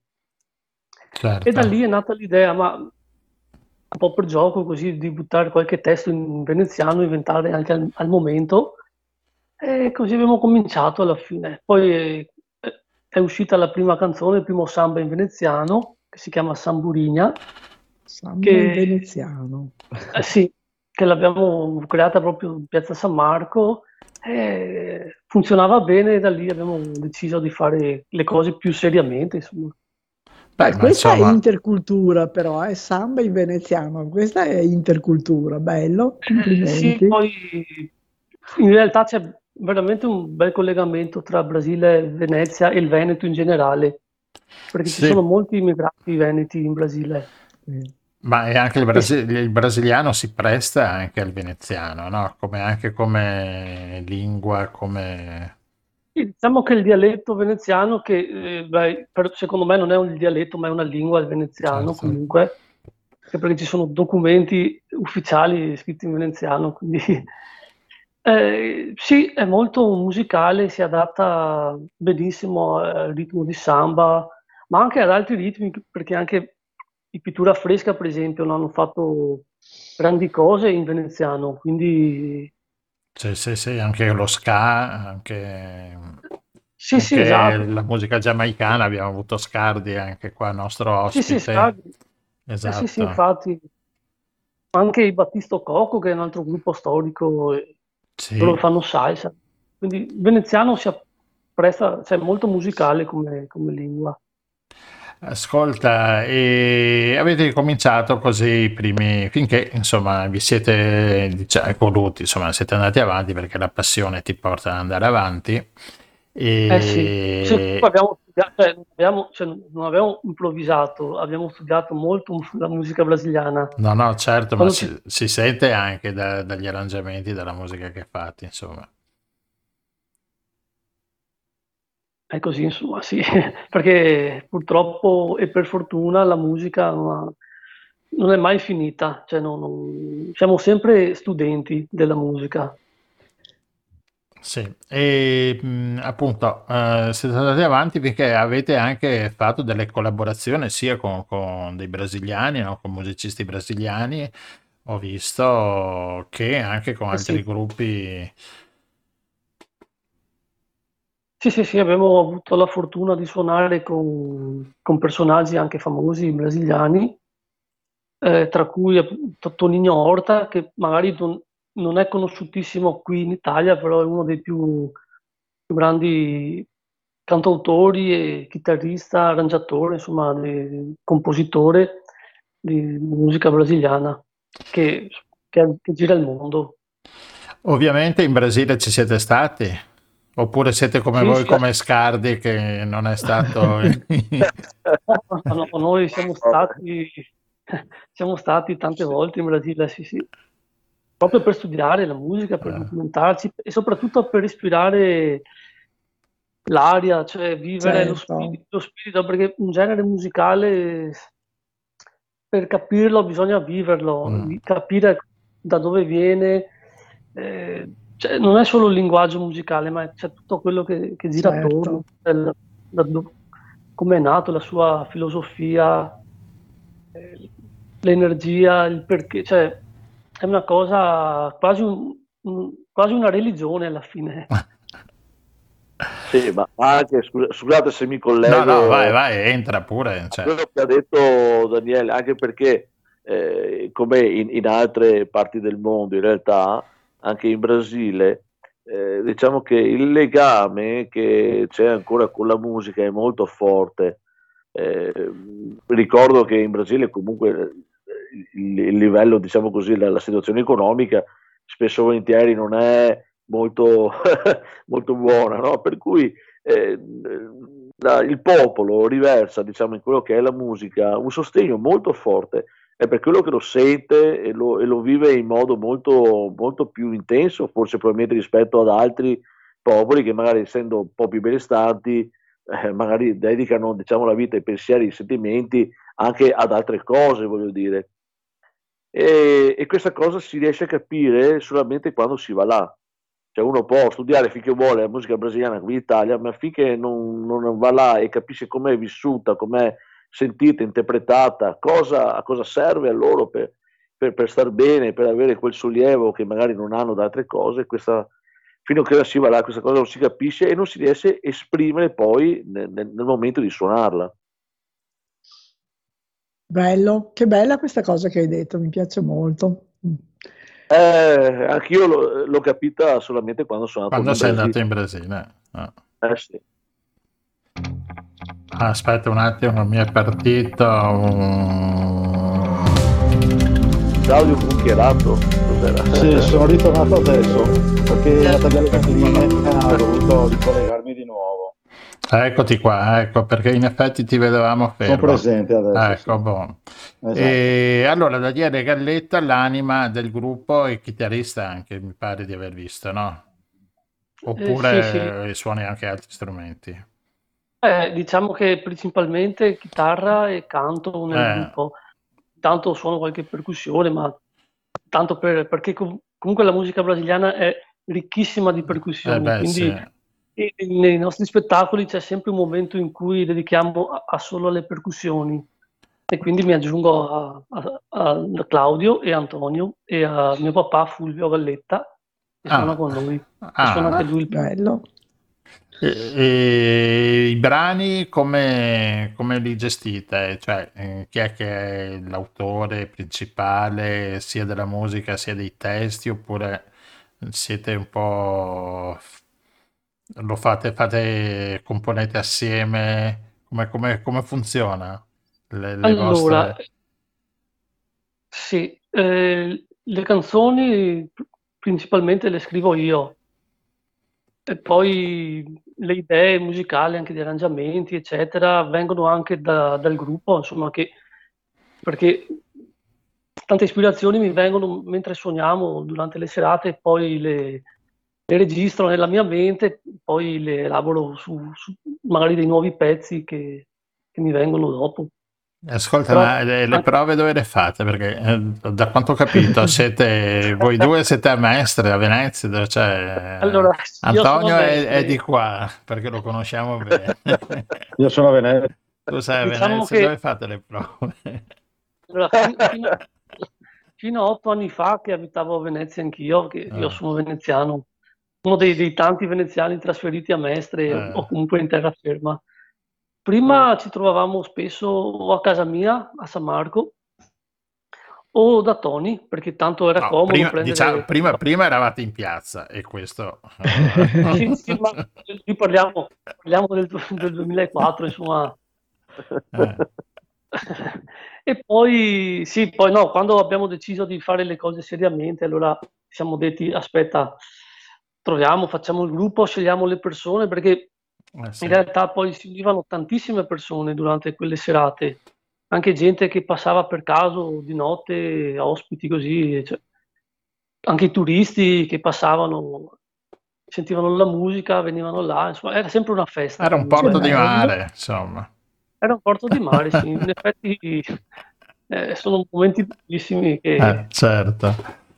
E da Certo. lì è nata l'idea, ma un po' per gioco, così di buttare qualche testo in veneziano, inventare anche al, al momento. E così abbiamo cominciato alla fine. Poi eh, è uscita la prima canzone, il primo samba in veneziano, che si chiama Samburigna, samba in che veneziano. eh, sì, che l'abbiamo creata proprio in Piazza San Marco. E funzionava bene e da lì abbiamo deciso di fare le cose più seriamente, insomma. Beh, Beh, ma questa è insomma, intercultura però, è samba in veneziano, questa è intercultura, bello, Eh, sì, complimenti. poi in realtà c'è veramente un bel collegamento tra Brasile, Venezia e il Veneto in generale, perché ci sono sì, molti immigrati veneti in Brasile. Sì. ma è anche il, E s- brasi- il brasiliano si presta anche al veneziano, no? Come, anche come lingua, come. sì, diciamo che il dialetto veneziano, che eh, beh, per- secondo me non è un dialetto, ma è una lingua il veneziano Certo. comunque, anche perché ci sono documenti ufficiali scritti in veneziano, quindi eh, sì, è molto musicale, si adatta benissimo al ritmo di samba, ma anche ad altri ritmi, perché anche i Pittura Fresca, per esempio, non hanno fatto grandi cose in veneziano, quindi Sì, sì, sì, anche lo ska, anche, sì, sì, anche esatto. la musica giamaicana, abbiamo avuto Scardi anche qua, nostro Sì, sì, ospite. Scardi. Eh sì, sì, Esatto. infatti, anche i Battisto Coco, che è un altro gruppo storico, eh, loro Sì. fanno salsa. Quindi il veneziano si appresta, cioè, è molto musicale come, come lingua. Ascolta, e avete cominciato così i primi, finché insomma vi siete diciamo, evoluti, insomma siete andati avanti perché la passione ti porta ad andare avanti. Eh sì, sì, poi E abbiamo studiato, cioè, non abbiamo, cioè, non abbiamo improvvisato, abbiamo studiato molto la musica brasiliana. no, no, certo, ma Quando ci si, si sente anche da- dagli arrangiamenti, dalla musica che fate, insomma. È così, insomma, sì, perché purtroppo e per fortuna la musica non, ha- non è mai finita, cioè non- non- siamo sempre studenti della musica. Sì, e mh, appunto eh, siete andati avanti perché avete anche fatto delle collaborazioni sia con, con dei brasiliani, no? Con musicisti brasiliani, ho visto, che anche con Eh altri sì, gruppi. sì, sì, sì, abbiamo avuto la fortuna di suonare con, con personaggi anche famosi brasiliani, eh, tra cui appunto Toninho Horta, che magari non, non è conosciutissimo qui in Italia, però è uno dei più, più grandi cantautori e chitarrista, arrangiatore, insomma, di- compositore di musica brasiliana che, che- che gira il mondo. Ovviamente in Brasile ci siete stati, oppure siete come Sì, voi, sì. come Scardi, che non è stato. No, no, no, noi siamo stati, siamo stati tante volte in Brasile, sì, sì, proprio per studiare la musica, per Eh, documentarci e soprattutto per respirare l'aria, cioè vivere lo Certo, spirito, lo spirito, perché un genere musicale, per capirlo bisogna viverlo, mm, di- capire da dove viene, eh, cioè, non è solo il linguaggio musicale, ma c'è tutto quello che, che gira attorno, certo. cioè, il- da do- come è nato, la sua filosofia, eh, l'energia, il perché, cioè è una cosa quasi, un- un- quasi una religione alla fine. Sì, ma anche, scusa- scusate se mi no, no, vai, collego vai, entra pure. a Cioè. quello che ha detto Daniele, anche perché eh, come in, in altre parti del mondo, in realtà, anche in Brasile, eh, diciamo che il legame che c'è ancora con la musica è molto forte. Eh, ricordo che in Brasile comunque eh, il, il livello, diciamo così, la, la situazione economica spesso e volentieri non è molto, molto buona, no? Per cui eh, la- il popolo riversa, diciamo, in quello che è la musica un sostegno molto forte. È per quello che lo sente e lo, e lo vive in modo molto, molto più intenso, forse probabilmente rispetto ad altri popoli che magari essendo un po' più benestanti, eh, magari dedicano, diciamo, la vita, i pensieri, i sentimenti anche ad altre cose, voglio dire. E, e questa cosa si riesce a capire solamente quando si va là. Cioè uno può studiare finché vuole la musica brasiliana qui in Italia, ma finché non, non va là e capisce com'è vissuta, com'è sentita, interpretata, cosa, a cosa serve a loro per, per, per star bene, per avere quel sollievo che magari non hanno da altre cose, questa, fino a che si va là questa cosa non si capisce e non si riesce a esprimere poi nel, nel- nel momento di suonarla. Bello, che bella questa cosa che hai detto, mi piace molto. Eh, anch'io l'ho, l'ho capita solamente quando sono andato Quando in sei andato Brasile. in Brasile? Ah. Eh sì. Aspetta un attimo, mi è partito un. Claudio Bucchierato, cos'era? Sì, sono ritornato adesso perché la tagliata di linea ho dovuto ricollegarmi di nuovo. Eccoti qua, ecco, perché in effetti ti vedevamo Sono fermo. presente adesso, sì. Ecco, boh. Esatto. E allora, Daniele Galletta, l'anima del gruppo e chitarrista anche, mi pare di aver visto, no? Eh, sì, sì. Oppure eh, suoni anche altri strumenti? Eh, diciamo che principalmente chitarra e canto nel Eh, gruppo. Tanto suono qualche percussione, ma tanto per- perché com- comunque la musica brasiliana è ricchissima di eh percussioni, beh, sì. quindi e- nei nostri spettacoli c'è sempre un momento in cui dedichiamo a, a solo alle percussioni e quindi mi aggiungo a, a- a Claudio e Antonio e a mio papà Fulvio Galletta che suona Ah, con noi e suona anche ah, lui il piano. Bello. E, e i brani come, come li gestite? Cioè, eh, chi è che è l'autore principale sia della musica sia dei testi, oppure siete un po'... lo fate, fate, componete assieme? Come, come- come funziona le, le Allora, vostre... sì, eh, le canzoni principalmente le scrivo io e poi le idee musicali, anche di arrangiamenti, eccetera, vengono anche da- dal gruppo, insomma, che, perché tante ispirazioni mi vengono mentre suoniamo durante le serate e poi le, le registro nella mia mente, poi le elaboro su, su magari dei nuovi pezzi che, che mi vengono dopo. Ascolta, Però ma le, le anche- prove dove le fate? Perché eh, da quanto ho capito siete voi due siete a Mestre, a Venezia, dove c'è eh, Allora, io sono a Antonio è, è di Mestre, qua, perché lo conosciamo bene. Io sono a Venezia. Tu sei a diciamo Venezia, dove che fate le prove? allora, fin- fino, fino a otto anni fa che abitavo a Venezia anch'io, che io Ah, sono veneziano, uno dei, dei tanti veneziani trasferiti a Mestre eh, o comunque in terraferma. Mm. Prima ci trovavamo spesso o a casa mia, a San Marco, o da Tony, perché tanto era no, comodo prima, diciamo, prendere... prima, prima eravate in piazza e questo... Sì, sì, ma qui parliamo, parliamo del, del duemilaquattro, insomma. eh, E poi, sì, poi no, quando abbiamo deciso di fare le cose seriamente, allora ci siamo detti, aspetta, troviamo, facciamo il gruppo, scegliamo le persone, perché eh in sì. realtà poi si univano tantissime persone durante quelle serate, anche gente che passava per caso di notte, ospiti così, cioè, anche i turisti che passavano, sentivano la musica, venivano là, insomma, era sempre una festa Era un Che comunque. porto di bello. mare, insomma. Era un porto di mare, sì, in effetti eh, sono momenti bellissimi Eh, che... certo.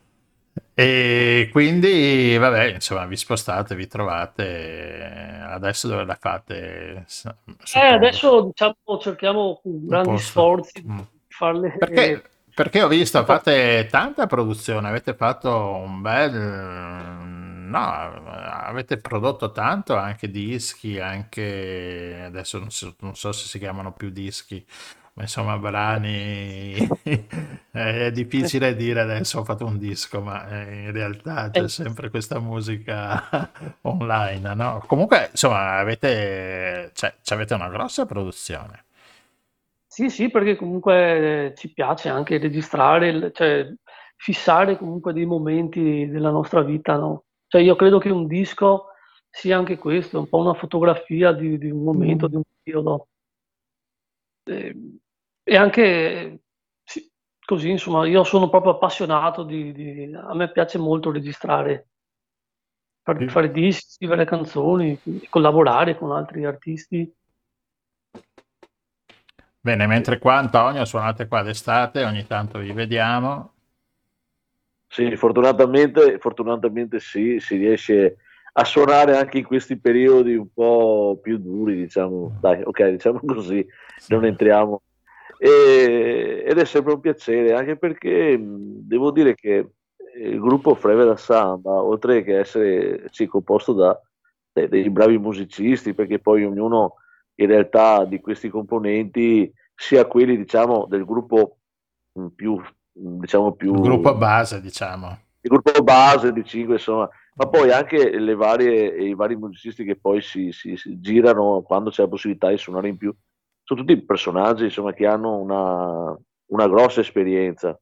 E quindi, vabbè, insomma, vi spostate, vi trovate. Adesso dove la fate? S- Eh, Suppongo. adesso diciamo cerchiamo con Un grandi posto. sforzi di Mm. farle Perché, eh, perché ho visto, un po'. fate tanta produzione, avete fatto un bel... No, avete prodotto tanto, anche dischi, anche... Adesso non so, non so se si chiamano più dischi, ma insomma brani... È difficile dire adesso ho fatto un disco, ma eh, in realtà c'è Eh, sempre questa musica online, no? Comunque, insomma, avete, cioè, avete una grossa produzione. sì, sì, perché comunque eh, ci piace anche registrare, il- cioè fissare comunque dei momenti della nostra vita, no? Cioè io credo che un disco sia anche questo, un po' una fotografia di, di un momento, di Mm. un periodo. Eh, E anche sì, così, insomma, io sono proprio appassionato di, di- a me piace molto registrare, fare, Sì. fare dischi, scrivere canzoni, collaborare con altri artisti. Bene, mentre qua Antonio suonate qua d'estate, ogni tanto vi vediamo. Sì, fortunatamente, fortunatamente sì, si riesce a suonare anche in questi periodi un po' più duri, diciamo, dai, ok, diciamo così, Sì. non entriamo. E- ed è sempre un piacere, anche perché mh, devo dire che il gruppo Freve da Samba, oltre che essere sì, composto da dei, dei bravi musicisti, perché poi ognuno in realtà di questi componenti, sia quelli diciamo del gruppo mh, più, mh, diciamo Il gruppo più base, diciamo. il gruppo base di cinque, insomma, ma poi anche le varie, i vari musicisti che poi si, si- si girano quando c'è la possibilità di suonare in più. Sono tutti personaggi, insomma, che hanno una, una grossa esperienza.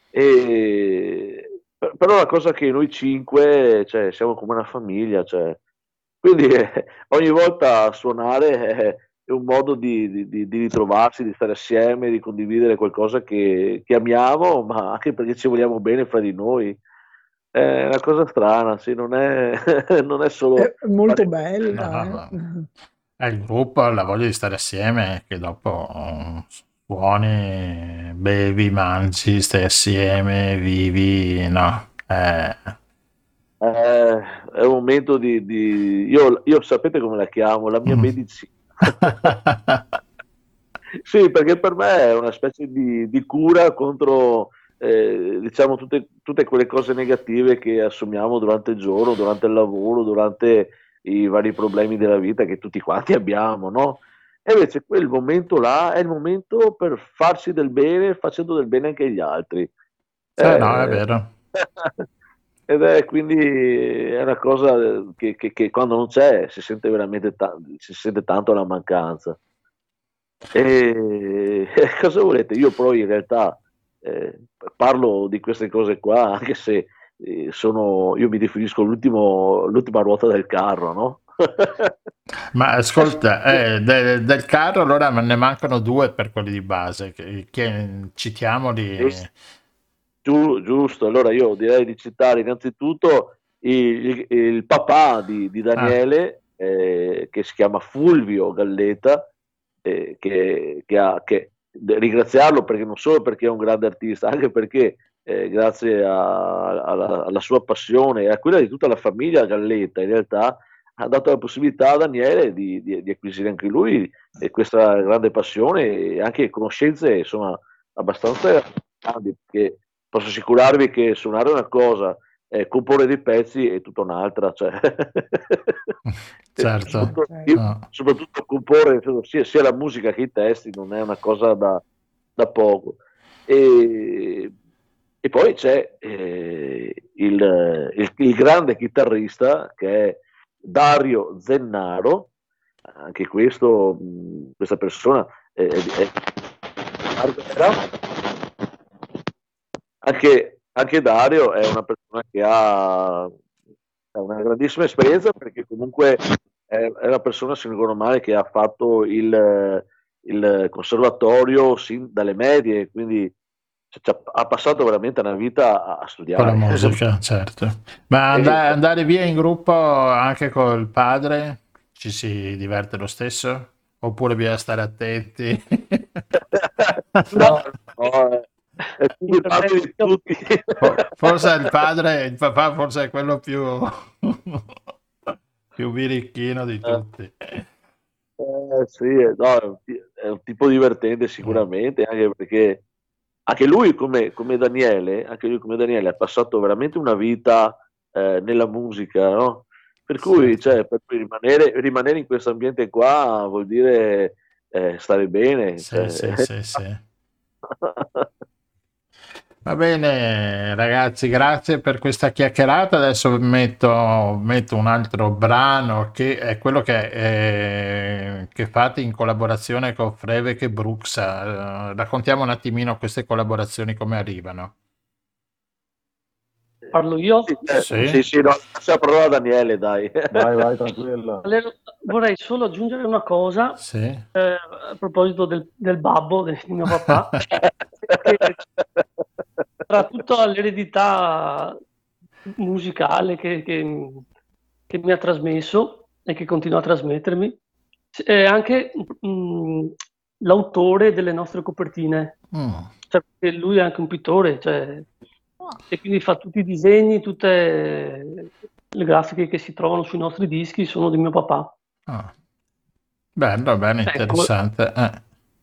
E, per- però la cosa che noi cinque, cioè, siamo come una famiglia, cioè, quindi eh, ogni volta suonare è, è un modo di, di- di- di ritrovarsi, di stare assieme, di condividere qualcosa che, che amiamo, ma anche perché ci vogliamo bene fra di noi. È una cosa strana, sì, non è, non è solo È molto fare... No, bella, no, eh. no. È il gruppo, ha la voglia di stare assieme, che dopo eh, suoni, bevi, mangi, stai assieme, vivi, no. Eh, Eh, è un momento di... di- Io, io sapete come la chiamo? La mia mm. medicina. Sì, perché per me è una specie di, di cura contro, eh, diciamo, tutte, tutte quelle cose negative che assumiamo durante il giorno, durante il lavoro, durante i vari problemi della vita che tutti quanti abbiamo, no? E invece quel momento là è il momento per farsi del bene, facendo del bene anche agli altri. Eh, no, è Eh, vero. ed è quindi è una cosa che, che- che quando non c'è si sente veramente ta- si sente tanto la mancanza. E cosa volete? Io poi in realtà eh, parlo di queste cose qua, anche se eh, sono, io mi definisco l'ultimo, l'ultima ruota del carro, no? Ma ascolta, eh, de- del carro allora ne mancano due per quelli di base, che, che citiamoli. Giusto, giu- giusto. Allora io direi di citare innanzitutto il, il- il papà di, di Ah, Daniele, eh, che si chiama Fulvio Galleta, eh, che, che ha, che, ringraziarlo perché non solo perché è un grande artista, anche perché eh, grazie a- alla, alla sua passione e a quella di tutta la famiglia Galleta, in realtà ha dato la possibilità a Daniele di, di- di acquisire anche lui eh, questa grande passione e anche conoscenze, insomma, abbastanza grandi, perché posso assicurarvi che suonare è una cosa, eh, comporre dei pezzi è tutta un'altra, cioè. E certo. soprattutto, io- No. soprattutto comporre sia, sia la musica che i testi non è una cosa da, da poco. E, e poi c'è eh, il, il- il grande chitarrista che è Dario Zennaro, anche questo, mh, questa persona è, è- era- anche, anche Dario è una persona che ha, ha una grandissima esperienza perché comunque è, è una persona, secondo me, che ha fatto il, il conservatorio sin dalle medie, quindi cioè, ha passato veramente una vita a, a Con la studiare. musica, certo. Ma E- and- andare via in gruppo anche col padre ci si diverte lo stesso? Oppure bisogna stare attenti? No, no, è è più durabile di tutti. For- Forse il padre, il papà forse è quello più, più birichino di tutti. Eh, sì, eh, no, è un, ti- è un tipo divertente sicuramente, anche perché anche lui come, come Daniele, anche lui come Daniele ha passato veramente una vita eh, nella musica, no? Per cui, Certo. cioè, per cui rimanere, rimanere in questo ambiente qua vuol dire eh, stare bene, Sì, cioè. sì, sì, sì. Va bene, ragazzi, grazie per questa chiacchierata. Adesso metto, metto un altro brano che è quello che, eh, che fate in collaborazione con Frevek e Bruxa. Eh, raccontiamo un attimino queste collaborazioni come arrivano. Parlo io? Sì, eh, Sì. sì, sì, no, lascia la parola a Daniele, dai. Vai, vai, tranquilla. Allora, vorrei solo aggiungere una cosa Sì. eh, a proposito del, del babbo, del mio papà, che tra tutta l'eredità musicale che, che- che mi ha trasmesso e che continua a trasmettermi, è anche mm, l'autore delle nostre copertine. Mm. Cioè, perché lui è anche un pittore, cioè, e quindi fa tutti i disegni, tutte le grafiche che si trovano sui nostri dischi sono di mio papà. Ah. Bello, bene, Ecco. interessante. Eh.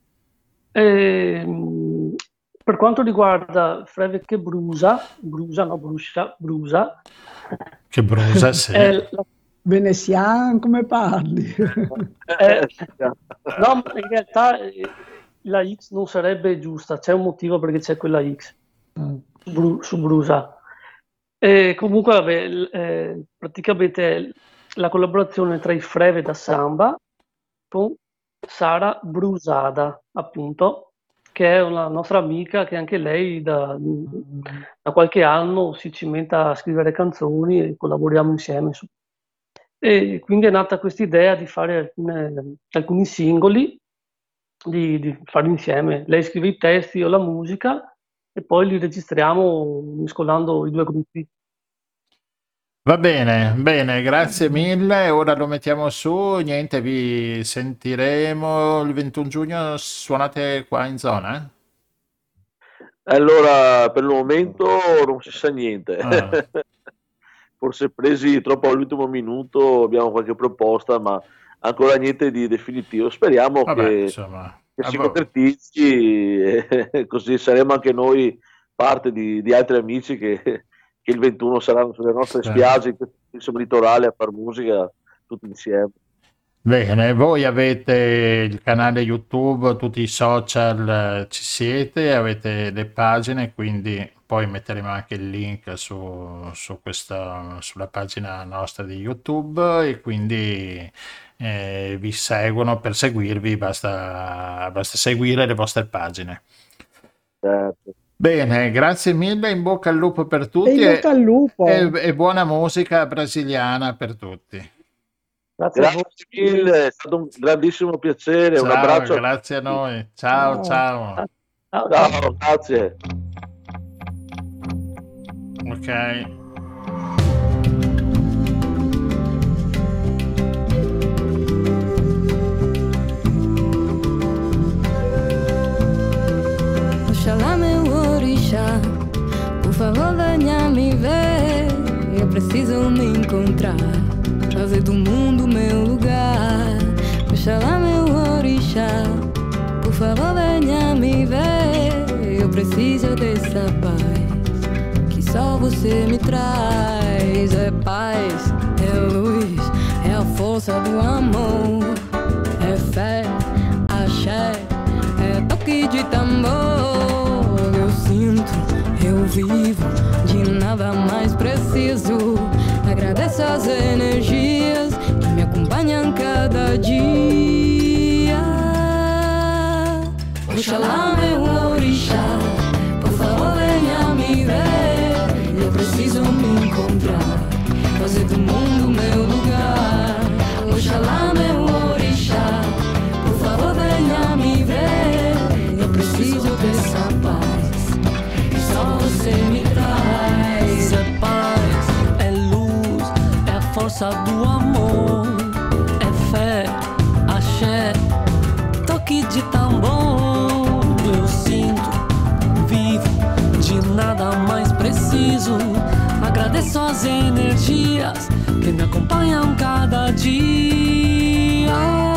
Ehm, per quanto riguarda Frevek e Brusa, Brusa, no, Bruscia, Brusa, Che brusa, sì. è la- Veneziano, come parli? è- no, ma in realtà eh, la X non sarebbe giusta, c'è un motivo perché c'è quella X su, Bru- su Brusa. E comunque, vabbè, l- eh, praticamente è la collaborazione tra i Freve da Samba con Sara Brusada, appunto, che è una nostra amica che anche lei da, da qualche anno si cimenta a scrivere canzoni e collaboriamo insieme. su- E quindi è nata questa idea di fare alcune- alcuni singoli, di, di farli insieme. Lei scrive i testi, io la musica, e poi li registriamo mescolando i due gruppi. Va bene, bene, grazie mille. Ora lo mettiamo su. Niente, vi sentiremo il ventuno giugno. Suonate qua in zona? Allora, per il momento non si sa niente. Ah. Forse presi troppo all'ultimo minuto, abbiamo qualche proposta, ma ancora niente di definitivo. Speriamo Vabbè, che, insomma. che si Ah, boh. concretizzi, e così saremo anche noi parte di, di altri amici che, che il ventuno saranno sulle nostre Sì. spiagge, in questo litorale a far musica tutti insieme. Bene, voi avete il canale YouTube, tutti i social, eh, ci siete, avete le pagine, quindi poi metteremo anche il link su, su questa, sulla pagina nostra di YouTube e quindi eh, vi seguono. Per seguirvi basta, basta seguire le vostre pagine. Certo. Bene, grazie mille, in bocca al lupo per E tutti in e, bocca al lupo. e- e buona musica brasiliana per tutti. Grazie a voi. Grazie mille, è stato un grandissimo piacere, un Ciao, abbraccio a grazie a tutti. noi. Ciao, Ciao. ciao. Ciao, ciao. Ciao, grazie. Ok. Oxalá, meu orixá, por favor venha me ver. Eu preciso me encontrar, fazer do mundo meu lugar. Oxalá, meu orixá, por favor venha me ver. Eu preciso dessa paz que só você me traz. É paz, é luz, é a força do amor, é fé, axé, é toque de tambor. Eu sinto, eu vivo, de nada mais preciso. Agradeço as energias que me acompanham cada dia. Oxalá, meu orixá, por favor venha me ver. Eu preciso me encontrar, fazer do mundo meu lugar. Oxalá, meu orixá, por favor venha me ver. Eu preciso dessa paz que só você me traz. É paz, é luz, é a força do amor, é fé, axé, toque de tambor. Eu sinto, vivo, de nada mais preciso. Agradeço as energias que me acompanham cada dia.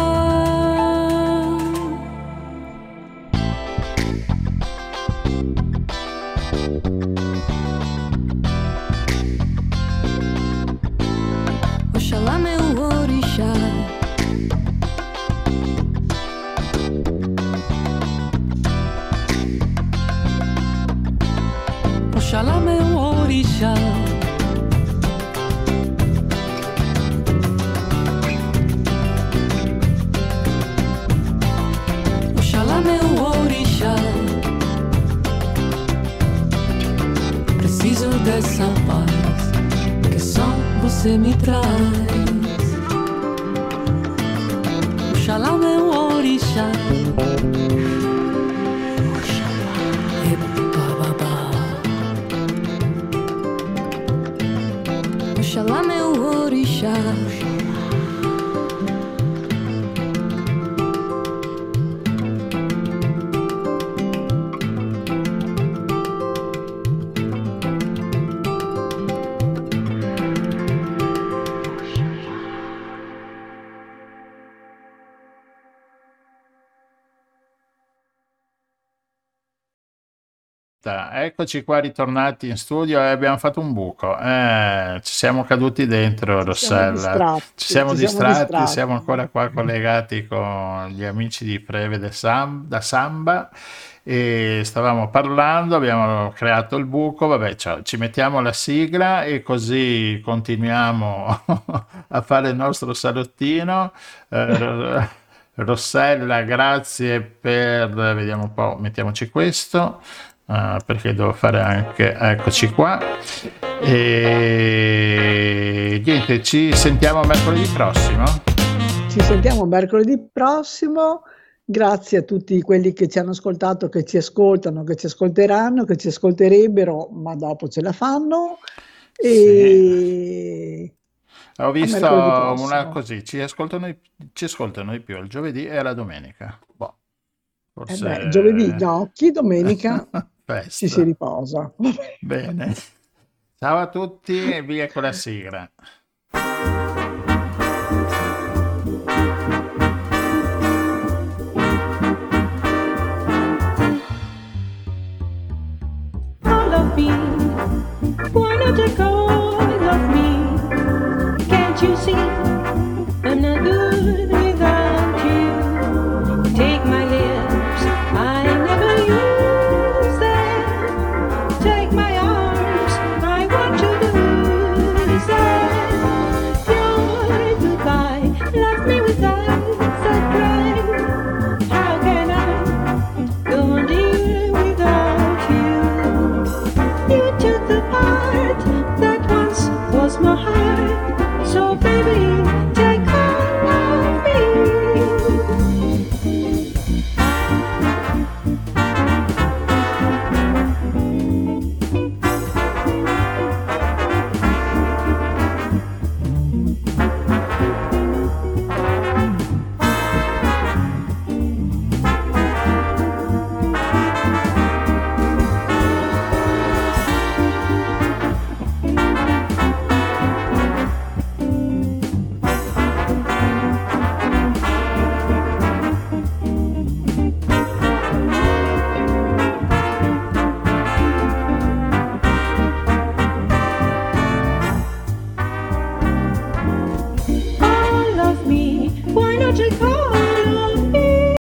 Oxalá, meu orixá, Oxalá, meu orixá, oxalá, meu orixá. preciso dessa paz que só você me traz. Oxalá, meu orixá, Oxalá, meu orixá. Eccoci qua ritornati in studio e abbiamo fatto un buco. Eh, ci siamo caduti dentro, Ci siamo Rossella. distratti, Ci siamo ci siamo distratti, distratti. siamo ancora qua collegati con gli amici di Preve de Sam- da Samba e stavamo parlando, abbiamo creato il buco, vabbè, ciao, ci mettiamo la sigla e così continuiamo a fare il nostro salottino. Eh, Ro- Rossella, grazie per, vediamo un po', mettiamoci questo. Uh, perché devo fare anche, eccoci qua e niente, ci sentiamo mercoledì prossimo. Ci sentiamo mercoledì prossimo. Grazie a tutti quelli che ci hanno ascoltato, che ci ascoltano, che ci ascolteranno, che ci ascolterebbero, ma dopo ce la fanno. E Ho a visto mercoledì una prossimo. così, ci ascoltano, di- ci ascoltano di più il giovedì e la domenica. Boh, Eh forse beh, giovedì no, chi domenica ci si festa. riposa. Vabbè. Bene. Ciao a tutti e via con la sigla. All of me, why not let go of me? Can't you see?